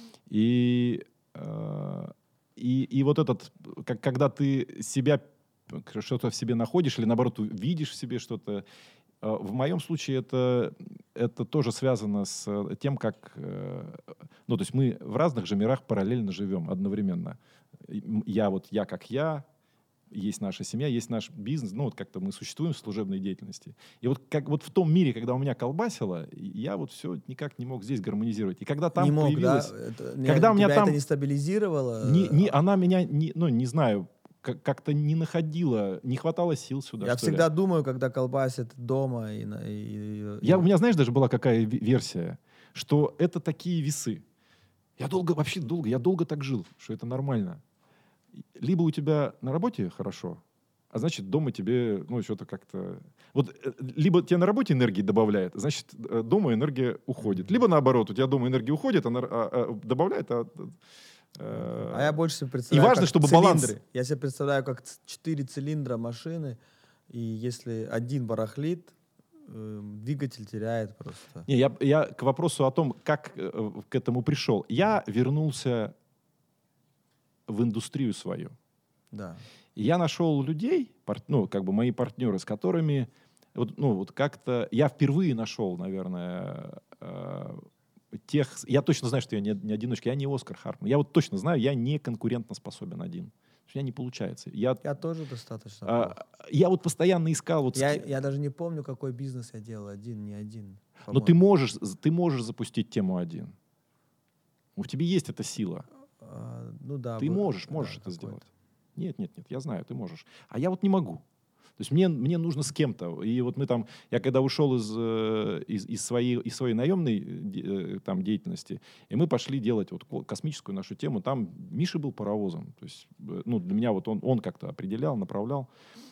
И, э, и, и вот этот, как, когда ты себя, э, что-то в себе находишь или, наоборот, видишь в себе что-то, э, в моем случае это, это тоже связано с э, тем, как... э, Ну, то есть мы в разных же мирах параллельно живем одновременно. И, м, Я вот, я как я, есть наша семья, есть наш бизнес, ну, вот как-то мы существуем в служебной деятельности. И вот как вот в том мире, когда у меня колбасило, я вот все никак не мог здесь гармонизировать. И когда там не мог, появилась... да? Это, не- Когда у меня тебя там... это не стабилизировало? Не, не, э, она меня, не, ну, не знаю, как- как-то не находила, не хватало сил сюда, Я что ли. всегда думаю, когда колбасит дома и... на- и- и- Я, у меня, знаешь, даже была какая ве- версия, что это такие весы. Я долго, вообще долго, я долго так жил, что это нормально. Либо у тебя на работе хорошо, а значит, дома тебе, ну, что-то как-то... Вот, э, либо тебе на работе энергии добавляет, значит, э, дома энергия уходит. Либо наоборот, у тебя дома энергия уходит, она а, а, добавляет, а... э, А я больше себе представляю, важно, как чтобы цилиндры. баланс- Я себе представляю, как ц- четыре цилиндра машины, и если один барахлит, э, двигатель теряет просто. Не, я, я к вопросу о том, как э, к этому пришел. Я вернулся в индустрию свою. Да. И я нашел людей, пар- ну, как бы мои партнеры, с которыми вот, ну, вот как-то... Я впервые нашел, наверное, э, тех... Я точно знаю, что я не, не одиночка, я не Оскар Хартман. Я вот точно знаю, я не конкурентно способен один. У меня не получается. Я, Я тоже достаточно а, плохо. я вот постоянно искал... Вот с Я, ке- я даже не помню, какой бизнес я делал один, не один. Но ты по-моему. можешь, ты можешь запустить тему один. У тебя есть эта сила. А, ну да. Ты был- можешь, да, можешь это какой-то. сделать. Нет, нет, нет, я знаю, ты можешь. А я вот не могу. То есть мне, мне нужно с кем-то. И вот мы там, я когда ушел из, э, из, из, своей, из своей наемной э, де- э, там, деятельности, и мы пошли делать вот ко- космическую нашу тему, там Миша был паровозом. То есть, э, ну, для меня вот он, он как-то определял, направлял.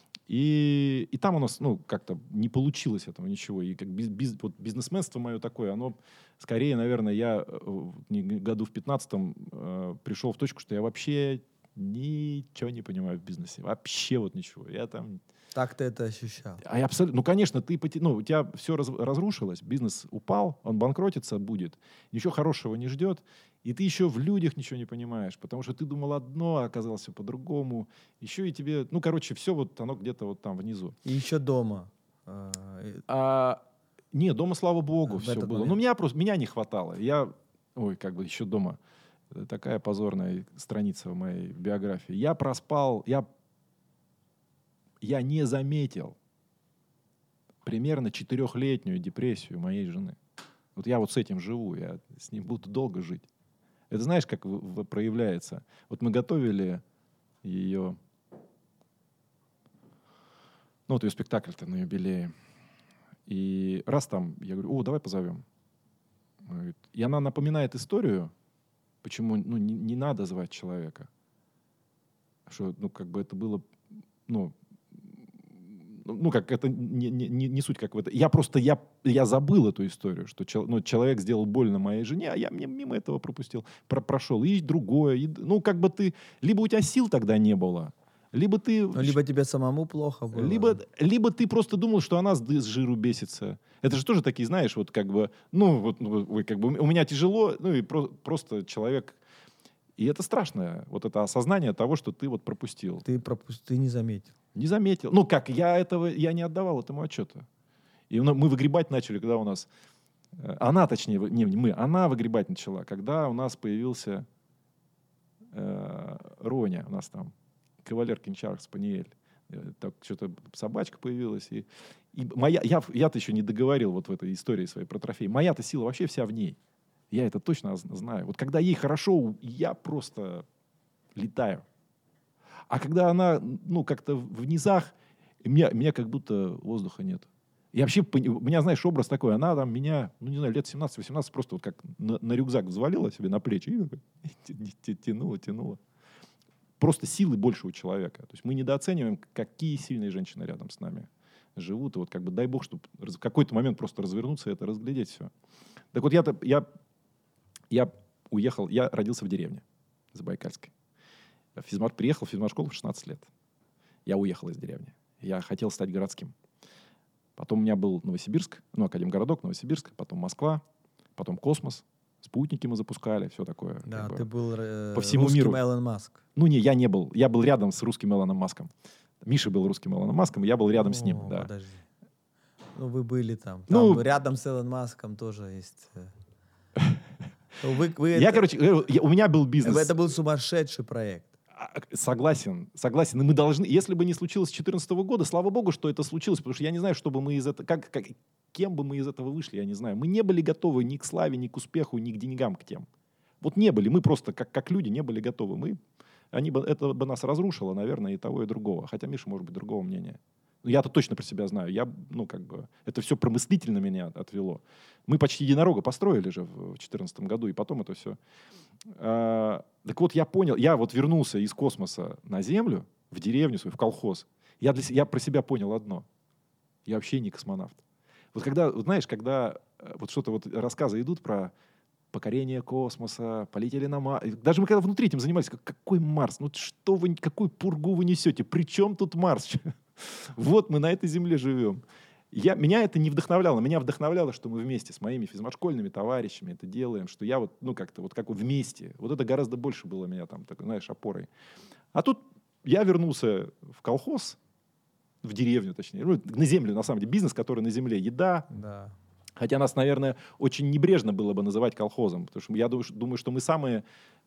И, и там у нас, ну, как-то не получилось этого ничего. И как биз- биз- вот бизнесменство мое такое, оно скорее, наверное, я э, в- не- году в пятнадцатом э, пришел в точку, что я вообще ничего не понимаю в бизнесе. Вообще вот ничего. Я там... Так ты это ощущал. А я абсолютно... Ну, конечно, ты, поте- ну, у тебя все разрушилось, бизнес упал, он банкротиться будет, ничего хорошего не ждет, и ты еще в людях ничего не понимаешь, потому что ты думал одно, а оказалось все по-другому. Еще и тебе... Ну, короче, все вот оно где-то вот там внизу. И еще дома. А, и- А, не, дома, слава богу, В все этот было. момент. Но меня просто меня не хватало. Я, ой, как бы еще дома. Это такая позорная страница в моей биографии. Я проспал, я, я не заметил примерно четырехлетнюю депрессию моей жены. Вот я вот с этим живу, я с ним буду долго жить. Это знаешь, как в- в- проявляется? Вот мы готовили ее, ну вот ее спектакль-то на юбилее. И раз там, я говорю, о, давай позовем. Она говорит, и она напоминает историю, почему ну, не, не надо звать человека. Что, ну, как бы это было, ну, ну, как это не, не, не не суть как в это. Я просто, я, я забыл эту историю, что чел- ну, человек сделал больно моей жене, а я мне мимо этого пропустил, про- прошел. И другое. И, ну, как бы ты, либо у тебя сил тогда не было, либо ты... Ну, либо тебе самому плохо было. Либо, либо ты просто думал, что она с, с жиру бесится. Это же тоже такие, знаешь, вот как бы, ну, вот, ну, ой, как бы у меня тяжело, ну, и про- просто человек... И это страшное, вот это осознание того, что ты вот пропустил. Ты, пропуск... ты не заметил. Не заметил. Ну, как, я этого, я не отдавал этому отчета. И у на- мы выгребать начали, когда у нас... э, Она, точнее, вы- не мы, она выгребать начала, когда у нас появился э, Роня, у нас там кавалер Кинчар, спаниель. Э, Так что-то собачка появилась. И, и моя, я, я-то еще не договорил вот в этой истории своей про трофей. Моя-то сила вообще вся в ней. Я это точно з- знаю. Вот когда ей хорошо, я просто летаю. А когда она, ну, как-то в низах, и меня, меня как будто воздуха нет. И вообще, у меня, знаешь, образ такой, она там меня, ну, не знаю, лет семнадцать-восемнадцать просто вот как на, на рюкзак взвалила себе на плечи и тянула, тянула. Просто силы больше у человека. То есть мы недооцениваем, какие сильные женщины рядом с нами живут. И вот как бы дай бог, чтобы в какой-то момент просто развернуться и это разглядеть все. Так вот, я, я, я уехал, я родился в деревне Забайкальской. В физмат, приехал в физмат-школу в шестнадцать лет. Я уехал из деревни. Я хотел стать городским. Потом у меня был Новосибирск, ну, Академгородок, Новосибирск, потом Москва, потом космос, спутники мы запускали, все такое. Да, как ты бы, был э, по всему русским миру. Элон Маск. Ну, не, я не был. Я был рядом с русским Элоном Маском. Миша был русским Элоном Маском, я был рядом О, с ним, да. Подожди. Ну, вы были там. Там Ну, рядом с Элон Маском тоже есть... э, Вы, вы я, это, короче, я- у меня был бизнес. это был сумасшедший проект. Согласен, согласен. И мы должны, если бы не случилось с две тысячи четырнадцатого года, слава богу, что это случилось, потому что я не знаю, что бы мы из этого, как, как, кем бы мы из этого вышли, я не знаю. Мы не были готовы ни к славе, ни к успеху, ни к деньгам, к тем. Вот не были. Мы просто, как, как люди, не были готовы. Мы, они бы, это бы нас разрушило, наверное, и того, и другого. Хотя Миша, может быть, другого мнения. Я-то точно про себя знаю. Я, ну, как бы, это все промыслительно меня отвело. Мы почти единорога построили же в две тысячи четырнадцатом году, и потом это все... А, так вот, я понял, я вот вернулся из космоса на Землю, в деревню свою, в колхоз. Я, для, я про себя понял одно. Я вообще не космонавт. Вот когда, вот знаешь, когда вот что-то вот рассказы идут про покорение космоса, полетели на Марс. Даже мы когда внутри этим занимались, как, какой Марс? Ну что вы, какую пургу вы несете? При чем тут Марс? Вот мы на этой Земле живем. Я, меня это не вдохновляло. Меня вдохновляло, что мы вместе с моими физмат-школьными товарищами это делаем, что я вот, ну, как-то вот как вот вместе. Вот это гораздо больше было меня там, так, знаешь, опорой. А тут я вернулся в колхоз, в деревню, точнее, ну, на землю, на самом деле. Бизнес, который на земле, еда. Да. Хотя нас, наверное, очень небрежно было бы называть колхозом, потому что я думаю, думаю что мы самые,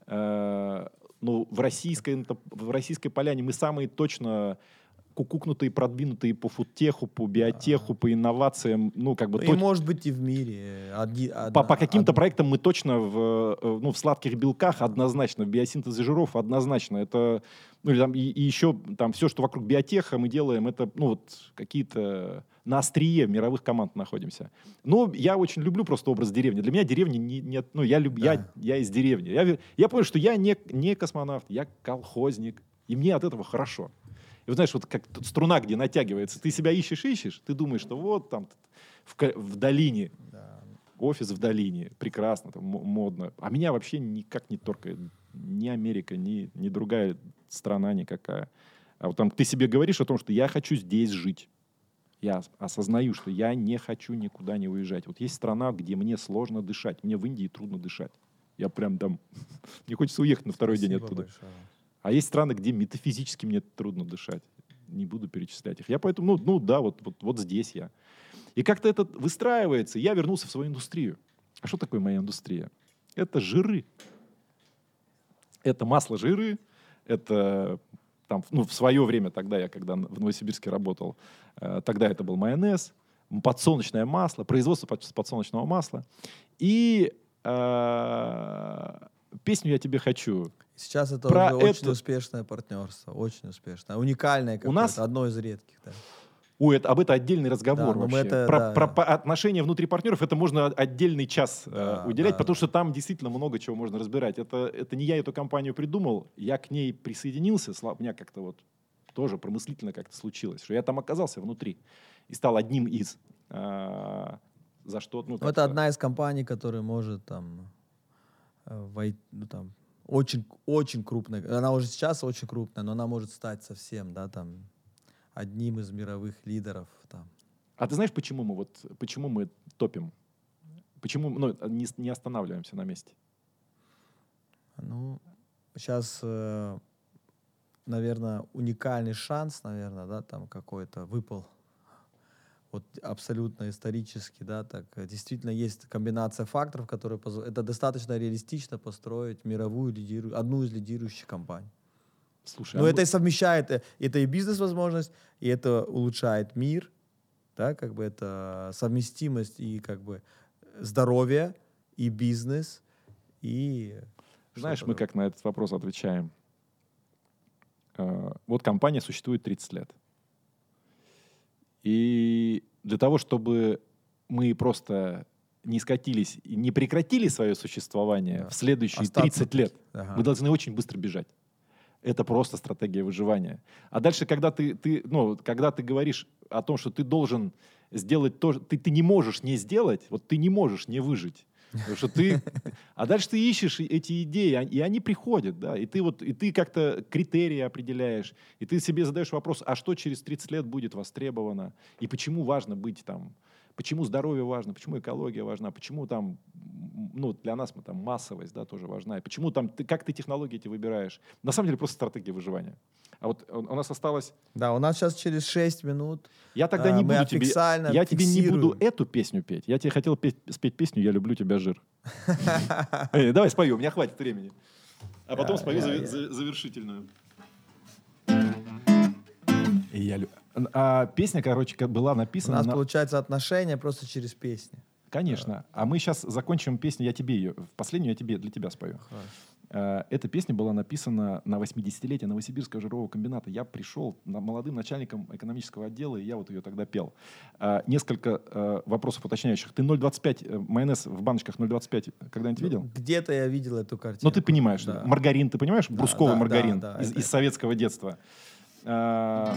э, ну, в российской, в российской поляне мы самые точно кукукнутые, продвинутые по фудтеху, по биотеху, Да. по инновациям, ну, как бы... И, точ... может быть, и в мире. Одни, по, одна, по каким-то одна... проектам мы точно в, ну, в сладких белках однозначно, в биосинтезе жиров однозначно. Это, ну, или там, и, и еще там все, что вокруг биотеха мы делаем, это, ну, вот какие-то... На острие мировых команд находимся. Но я очень люблю просто образ деревни. Для меня деревня не... не ну, я, люб, Да. я, я из деревни. Я, я понял, что я не, не космонавт, я колхозник. И мне от этого хорошо. И вот знаешь, вот как струна, где натягивается, ты себя ищешь, ищешь, ты думаешь, что вот там в, в долине, Да. офис в долине, прекрасно, там, модно. А меня вообще никак не торкает ни Америка, ни, ни другая страна никакая. А вот там ты себе говоришь о том, что я хочу здесь жить. Я осознаю, что я не хочу никуда не уезжать. Вот есть страна, где мне сложно дышать. Мне в Индии трудно дышать. Я прям там... Мне хочется уехать на второй Спасибо день оттуда. большое. А есть страны, где метафизически мне трудно дышать. Не буду перечислять их. Я поэтому, ну, ну да, вот, вот, вот здесь я. И как-то это выстраивается. Я вернулся в свою индустрию. А что такое моя индустрия? Это жиры. Это масло жиры. Это там, ну, в свое время, тогда я, когда в Новосибирске работал, э, тогда это был майонез, подсолнечное масло, производство подсолнечного масла. И э, песню «Я тебе хочу». Сейчас это Про уже очень это... успешное партнерство, очень успешное, уникальное какое-то, У нас... одно из редких. Да. Ой, это, об это отдельный разговор Да, вообще. это, про, да, про, да. про отношения внутри партнеров это можно отдельный час Да, э, уделять, да, потому да. что там действительно много чего можно разбирать. Это, это не я эту компанию придумал, я к ней присоединился, у меня как-то вот тоже промыслительно как-то случилось, что я там оказался внутри и стал одним из. Э, за что, ну, Ну, это одна из компаний, которая может там, э, войти, ну, там очень, очень крупная. Она уже сейчас очень крупная, но она может стать совсем, да, там, одним из мировых лидеров. Там. А ты знаешь, почему мы, вот, почему мы топим? Почему ну, не, не останавливаемся на месте? Ну, сейчас, э, наверное, уникальный шанс, наверное, да, там какой-то выпал. Вот абсолютно исторически, да, так действительно есть комбинация факторов, которые позволяют. Это достаточно реалистично построить мировую лидиру... одну из лидирующих компаний. Слушай, Но а это мы... и совмещает, это и бизнес-возможность, и это улучшает мир, да, как бы это совместимость и как бы здоровье, и бизнес, и... Знаешь, мы как на этот вопрос отвечаем? Э, вот компания существует тридцать лет. И для того, чтобы мы просто не скатились и не прекратили свое существование да. в следующие Остаться. тридцать лет, ага. мы должны очень быстро бежать. Это просто стратегия выживания. А дальше, когда ты, ты, ну, когда ты говоришь о том, что ты должен сделать то, ты, ты не можешь не сделать, вот ты не можешь не выжить. Потому что ты, а дальше ты ищешь эти идеи, и они приходят, да, и ты вот, и ты как-то критерии определяешь, и ты себе задаешь вопрос, а что через тридцать лет будет востребовано, и почему важно быть там, почему здоровье важно, почему экология важна, почему там, ну, для нас мы там массовость, да, тоже важна, и почему там, ты, как ты технологии эти выбираешь. На самом деле просто стратегия выживания. А вот у нас осталось... Да, у нас сейчас через шесть минут. Я тогда не буду тебе... Я тебе не буду эту песню петь. Я тебе хотел петь, спеть песню «Я люблю тебя, жир». Давай спою, у меня хватит времени. А потом спою завершительную. А песня, короче, была написана... У нас получается отношения просто через песни. Конечно. А мы сейчас закончим песню, я тебе ее, последнюю я тебе, для тебя спою. Хорошо. Эта песня была написана на восьмидесятилетие Новосибирского жирового комбината. Я пришел молодым начальником экономического отдела, и я вот ее тогда пел. Несколько вопросов уточняющих. Ты ноль двадцать пять, майонез в баночках ноль двадцать пять когда-нибудь видел? Где-то я видел эту картину. Ну, ты понимаешь. Да. Маргарин, ты понимаешь? Да, брусковый да, маргарин да, да, из, это... из советского детства. А...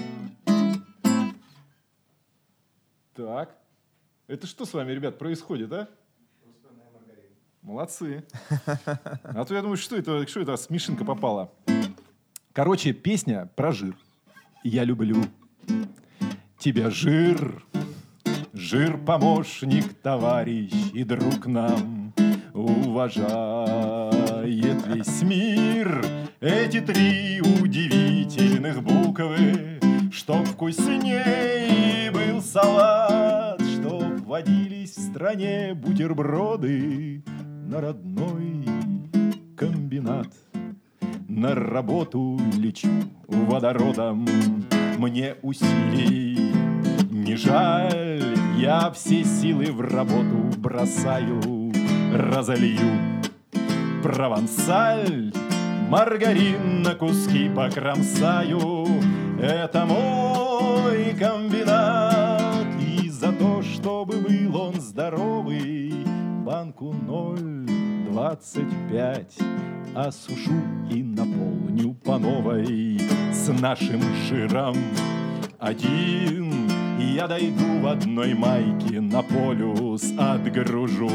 Так. Это что с вами, ребят, происходит, а? Молодцы. А то я думаю, что это, что это, смешинка попала. Короче, песня про жир. Я люблю тебя, жир. Жир, помощник, товарищ и друг нам. Уважает весь мир. Эти три удивительных буквы. Чтоб вкуснее был салат. Чтоб водились в стране бутерброды. На родной комбинат. На работу лечу водородом. Мне усилий не жаль. Я все силы в работу бросаю. Разолью провансаль. Маргарин на куски покромсаю. Это мой комбинат. И за то, чтобы был он здоровый, банку ноль двадцать пять осушу и наполню по новой. С нашим жиром один я дойду в одной майке на полюс, отгружу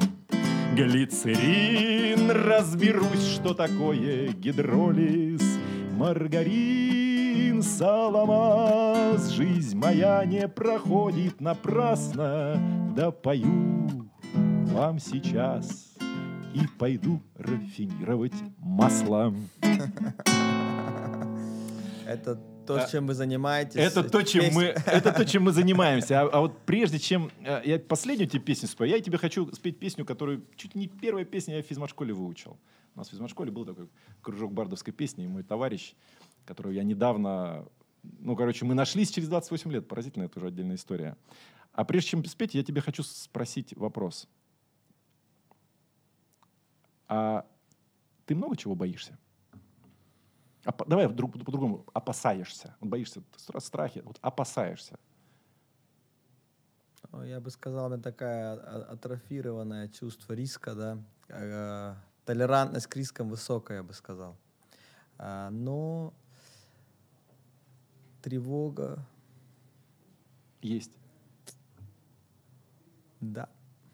глицерин, разберусь, что такое гидролиз, маргарин, саламаз. Жизнь моя не проходит напрасно, да пою вам сейчас и пойду рафинировать масло. Это то, чем вы занимаетесь. Это то, чем мы, это то, чем мы занимаемся. А, а вот прежде чем я последнюю тебе песню спою, я тебе хочу спеть песню, которую чуть не первая песня я в физмат-школе выучил. У нас в физмат-школе был такой кружок бардовской песни, и мой товарищ, которого я недавно... Ну, короче, мы нашлись через двадцать восемь лет. Поразительно, это уже отдельная история. А прежде чем спеть, я тебе хочу спросить вопрос. А ты много чего боишься? А, давай друг, по-другому. Опасаешься. Вот боишься, страхи. Вот опасаешься. Я бы сказал, у меня такая атрофированное чувство риска, да. Э, толерантность к рискам высокая, я бы сказал. А, но тревога... Есть. Да.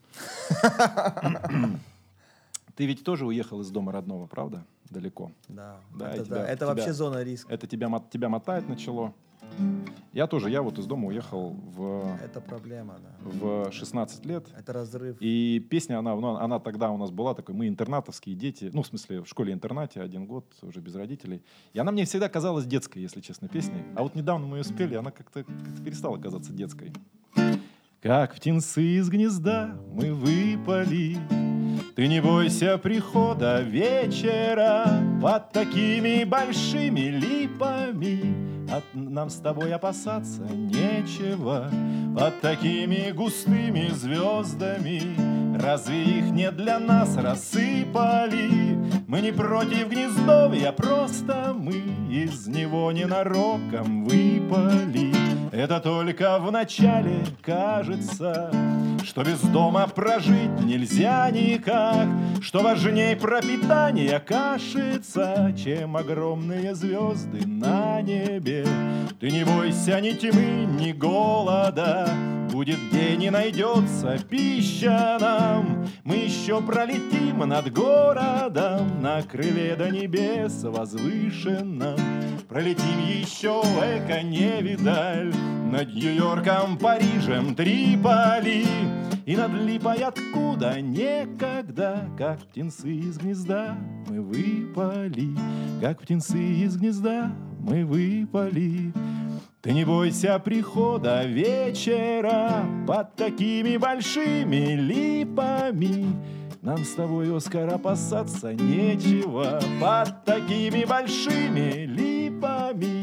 Ты ведь тоже уехал из дома родного, правда? Далеко. Да. да это тебя, да. это тебя, вообще зона риска. Это тебя, тебя мотает начало. Я тоже, я вот из дома уехал в... Это проблема, да. В шестнадцать лет. Это разрыв. И песня, она, ну, она тогда у нас была такой, мы интернатовские дети, ну, в смысле, в школе-интернате, один год, уже без родителей. И она мне всегда казалась детской, если честно, песней. А вот недавно мы ее спели, она как-то, как-то перестала казаться детской. Как птенцы из гнезда мы выпали, ты не бойся прихода вечера под такими большими липами. От нам с тобой опасаться нечего под такими густыми звездами. Разве их не для нас рассыпали? Мы не против гнездовья, просто мы из него ненароком выпали. Это только в начале кажется, что без дома прожить нельзя никак, что важней пропитание кашица, чем огромные звезды на небе. Ты не бойся ни тьмы, ни голода, будет день и найдется пища нам. Мы еще пролетим над городом на крыле до небес возвышенном. Пролетим еще эко-невидаль над Нью-Йорком, Парижем, Триполи и над Липой, откуда некогда, как птенцы из гнезда, мы выпали, как птенцы из гнезда мы выпали. Ты не бойся прихода вечера под такими большими липами. Нам с тобой, Оскар, опасаться нечего под такими большими липами.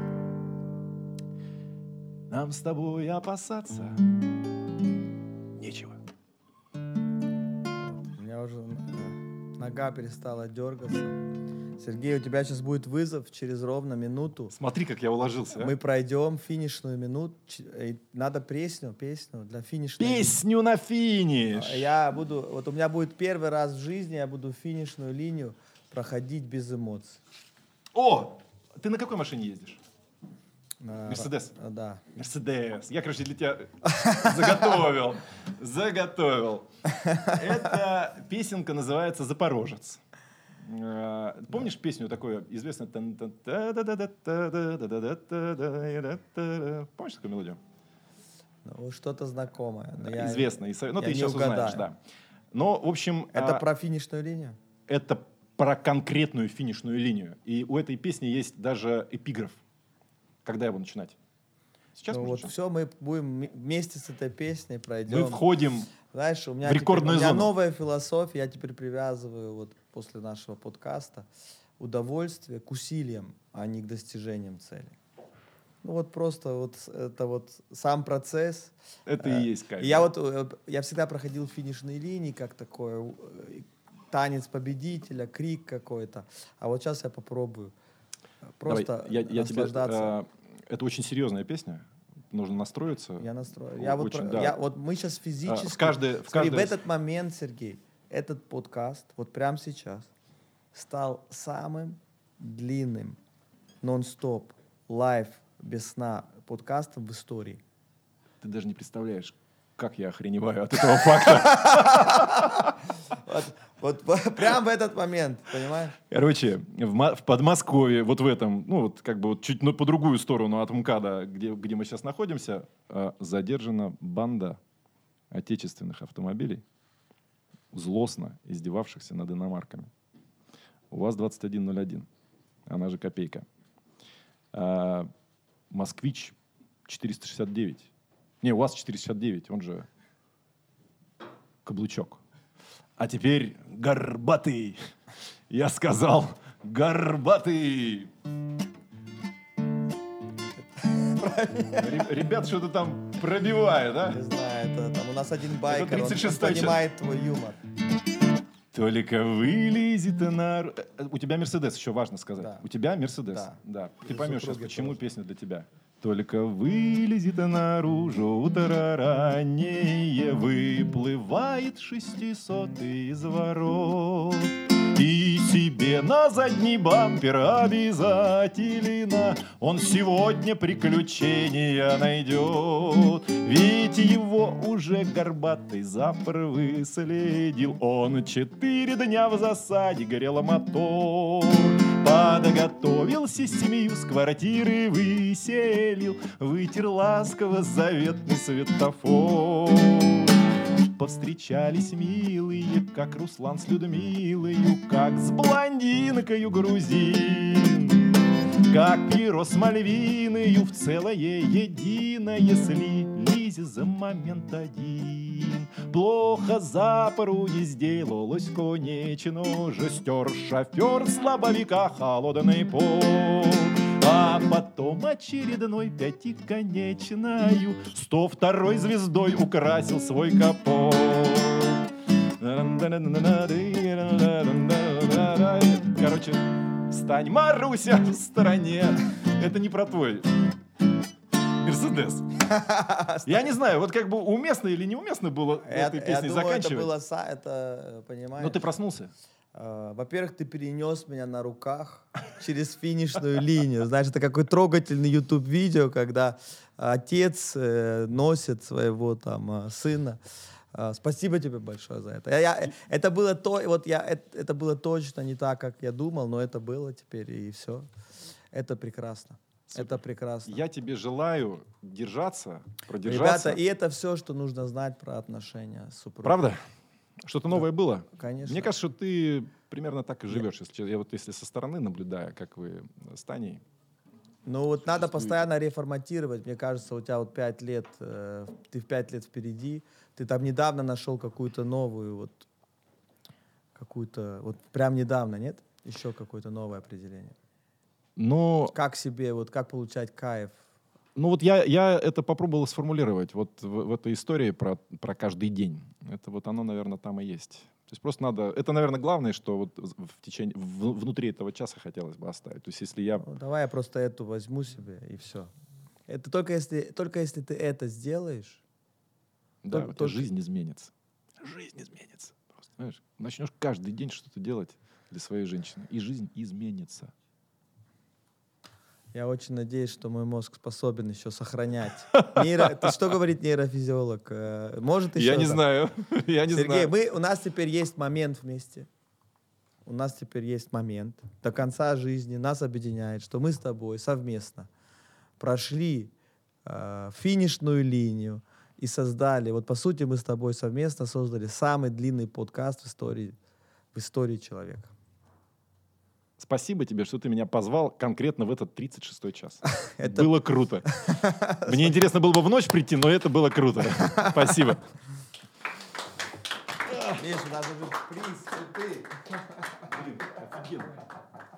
Нам с тобой опасаться нечего. У меня уже нога перестала дергаться. Сергей, у тебя сейчас будет вызов через ровно минуту. Смотри, как я уложился. А? Мы пройдем финишную минуту. Надо песню, песню для финишной. Песню на финиш. Я буду, вот у меня будет первый раз в жизни, я буду финишную линию проходить без эмоций. О, ты на какой машине ездишь? На... Мерседес? Да. Мерседес. Я, короче, для тебя заготовил. Заготовил. Эта песенка называется «Запорожец». Помнишь песню такую известную? Помнишь такую мелодию? Ну, что-то знакомое. Я, Известно. Ну, я ты сейчас угадаю. узнаешь, да. Но, в общем... Это а, про финишную линию? Это про конкретную финишную линию. И у этой песни есть даже эпиграф. Когда его начинать? Сейчас ну, вот начать? все, мы будем вместе с этой песней пройдем. Мы входим Знаешь, у меня в рекордную теперь, у меня зону. новая философия. Я теперь привязываю вот после нашего подкаста удовольствие к усилиям, а не к достижениям цели. Ну вот просто вот это вот сам процесс. Это и есть кайф. И я вот я всегда проходил финишные линии как такое танец победителя, крик какой-то. А вот сейчас я попробую просто Давай, я, я наслаждаться. Тебе, э, это очень серьезная песня. Нужно настроиться. Я настрою. Я вот, очень, про, да. я, вот мы сейчас физически. А, в каждой, в Смотри, каждой... в этот момент, Сергей, этот подкаст вот прямо сейчас стал самым длинным нон-стоп лайв без сна подкастом в истории. Ты даже не представляешь, как я охреневаю от этого факта. Вот, вот прямо в этот момент, понимаешь? Короче, в, в Подмосковье, вот в этом, ну вот как бы вот чуть ну, по другую сторону от МКАДа, где, где мы сейчас находимся, э, задержана банда отечественных автомобилей, злостно издевавшихся над иномарками. УАЗ двадцать один ноль один, она же Копейка. А, Москвич четыреста шестьдесят девять. Не, УАЗ четыреста шестьдесят девять, он же Каблучок. А теперь горбатый. Я сказал горбатый. Ребят, что-то там пробивает, а? Не знаю, это там у нас один байкер, Это тридцать шестой он понимает твой юмор. Только вылезет на... У тебя Мерседес, еще важно сказать. Да. У тебя Мерседес. Да. Да. Ты И поймешь сейчас, супруги почему тоже. песня для тебя. Только вылезет наружу утро раннее, выплывает шестисотый из ворот. И себе на задний бампер обязательно он сегодня приключения найдет. Ведь его уже горбатый запор выследил. Он четыре дня в засаде горел мотор. Подготовился семью с квартиры выселил, вытер ласково заветный светофор. Повстречались милые, как Руслан с Людмилою, как с блондинкою грузин, как Пиро с Мальвиною в целое единое слились за момент один. Плохо запору не сделалось конечно же, стер шофер слабовика холодный пол. А потом очередной пятиконечною сто второй звездой украсил свой капот. Короче, встань, Маруся, в стороне. Это не про твой Мерседес. Мерседес. Я не знаю, вот как бы уместно или неуместно было Я, этой я песней думаю, это заканчивать. было, са- это, понимаешь? Но ты проснулся. Э, Во-первых, ты перенес меня на руках через финишную линию. Знаешь, это какой трогательный YouTube-видео, когда отец э, носит своего там э, сына. Э, Спасибо тебе большое за это. Я- я- это было то, вот я, это, это было точно не так, как я думал, но это было теперь и все. Это прекрасно. Это прекрасно. Я тебе желаю держаться, Ребята, продержаться. и это все, что нужно знать про отношения с супругом. Правда? Что-то новое было? Конечно. Мне кажется, что ты примерно так и живешь. Если, я вот если со стороны наблюдаю, как вы с Таней. Ну вот надо Чувствуете? постоянно реформатировать. Мне кажется, у тебя вот пять лет, э, ты в пять лет впереди. Ты там недавно нашел какую-то новую, вот какую-то, вот прям недавно, нет? Еще какое-то новое определение. Но, Как себе, вот как получать кайф? ну вот я, я это попробовал сформулировать вот в, в этой истории про, про каждый день. Это вот оно, наверное, там и есть. То есть просто надо... Это, наверное, главное, что вот в в течение, в- внутри этого часа хотелось бы оставить. То есть если я... Ну, давай я просто эту возьму себе и все. Это только если, только если ты это сделаешь. Да, Только- у тебя только- жизнь изменится. Жизнь изменится. Просто, знаешь, начнешь каждый день что-то делать для своей женщины, и жизнь изменится. Я очень надеюсь, что мой мозг способен еще сохранять. Нейро- Ты что говорит нейрофизиолог? Э, Может еще? Я не там- знаю. Я не Сергей, знаю. мы, у нас теперь есть момент вместе. У нас теперь есть момент. До конца жизни нас объединяет, что мы с тобой совместно прошли э, финишную линию и создали, вот по сути мы с тобой совместно создали самый длинный подкаст в истории, в истории человека. Спасибо тебе, что ты меня позвал конкретно в этот тридцать шестой час. Это- Было круто. Мне интересно было бы в ночь прийти, но это было круто. Спасибо. Миша, надо же приз, цветы. Блин, офигенно.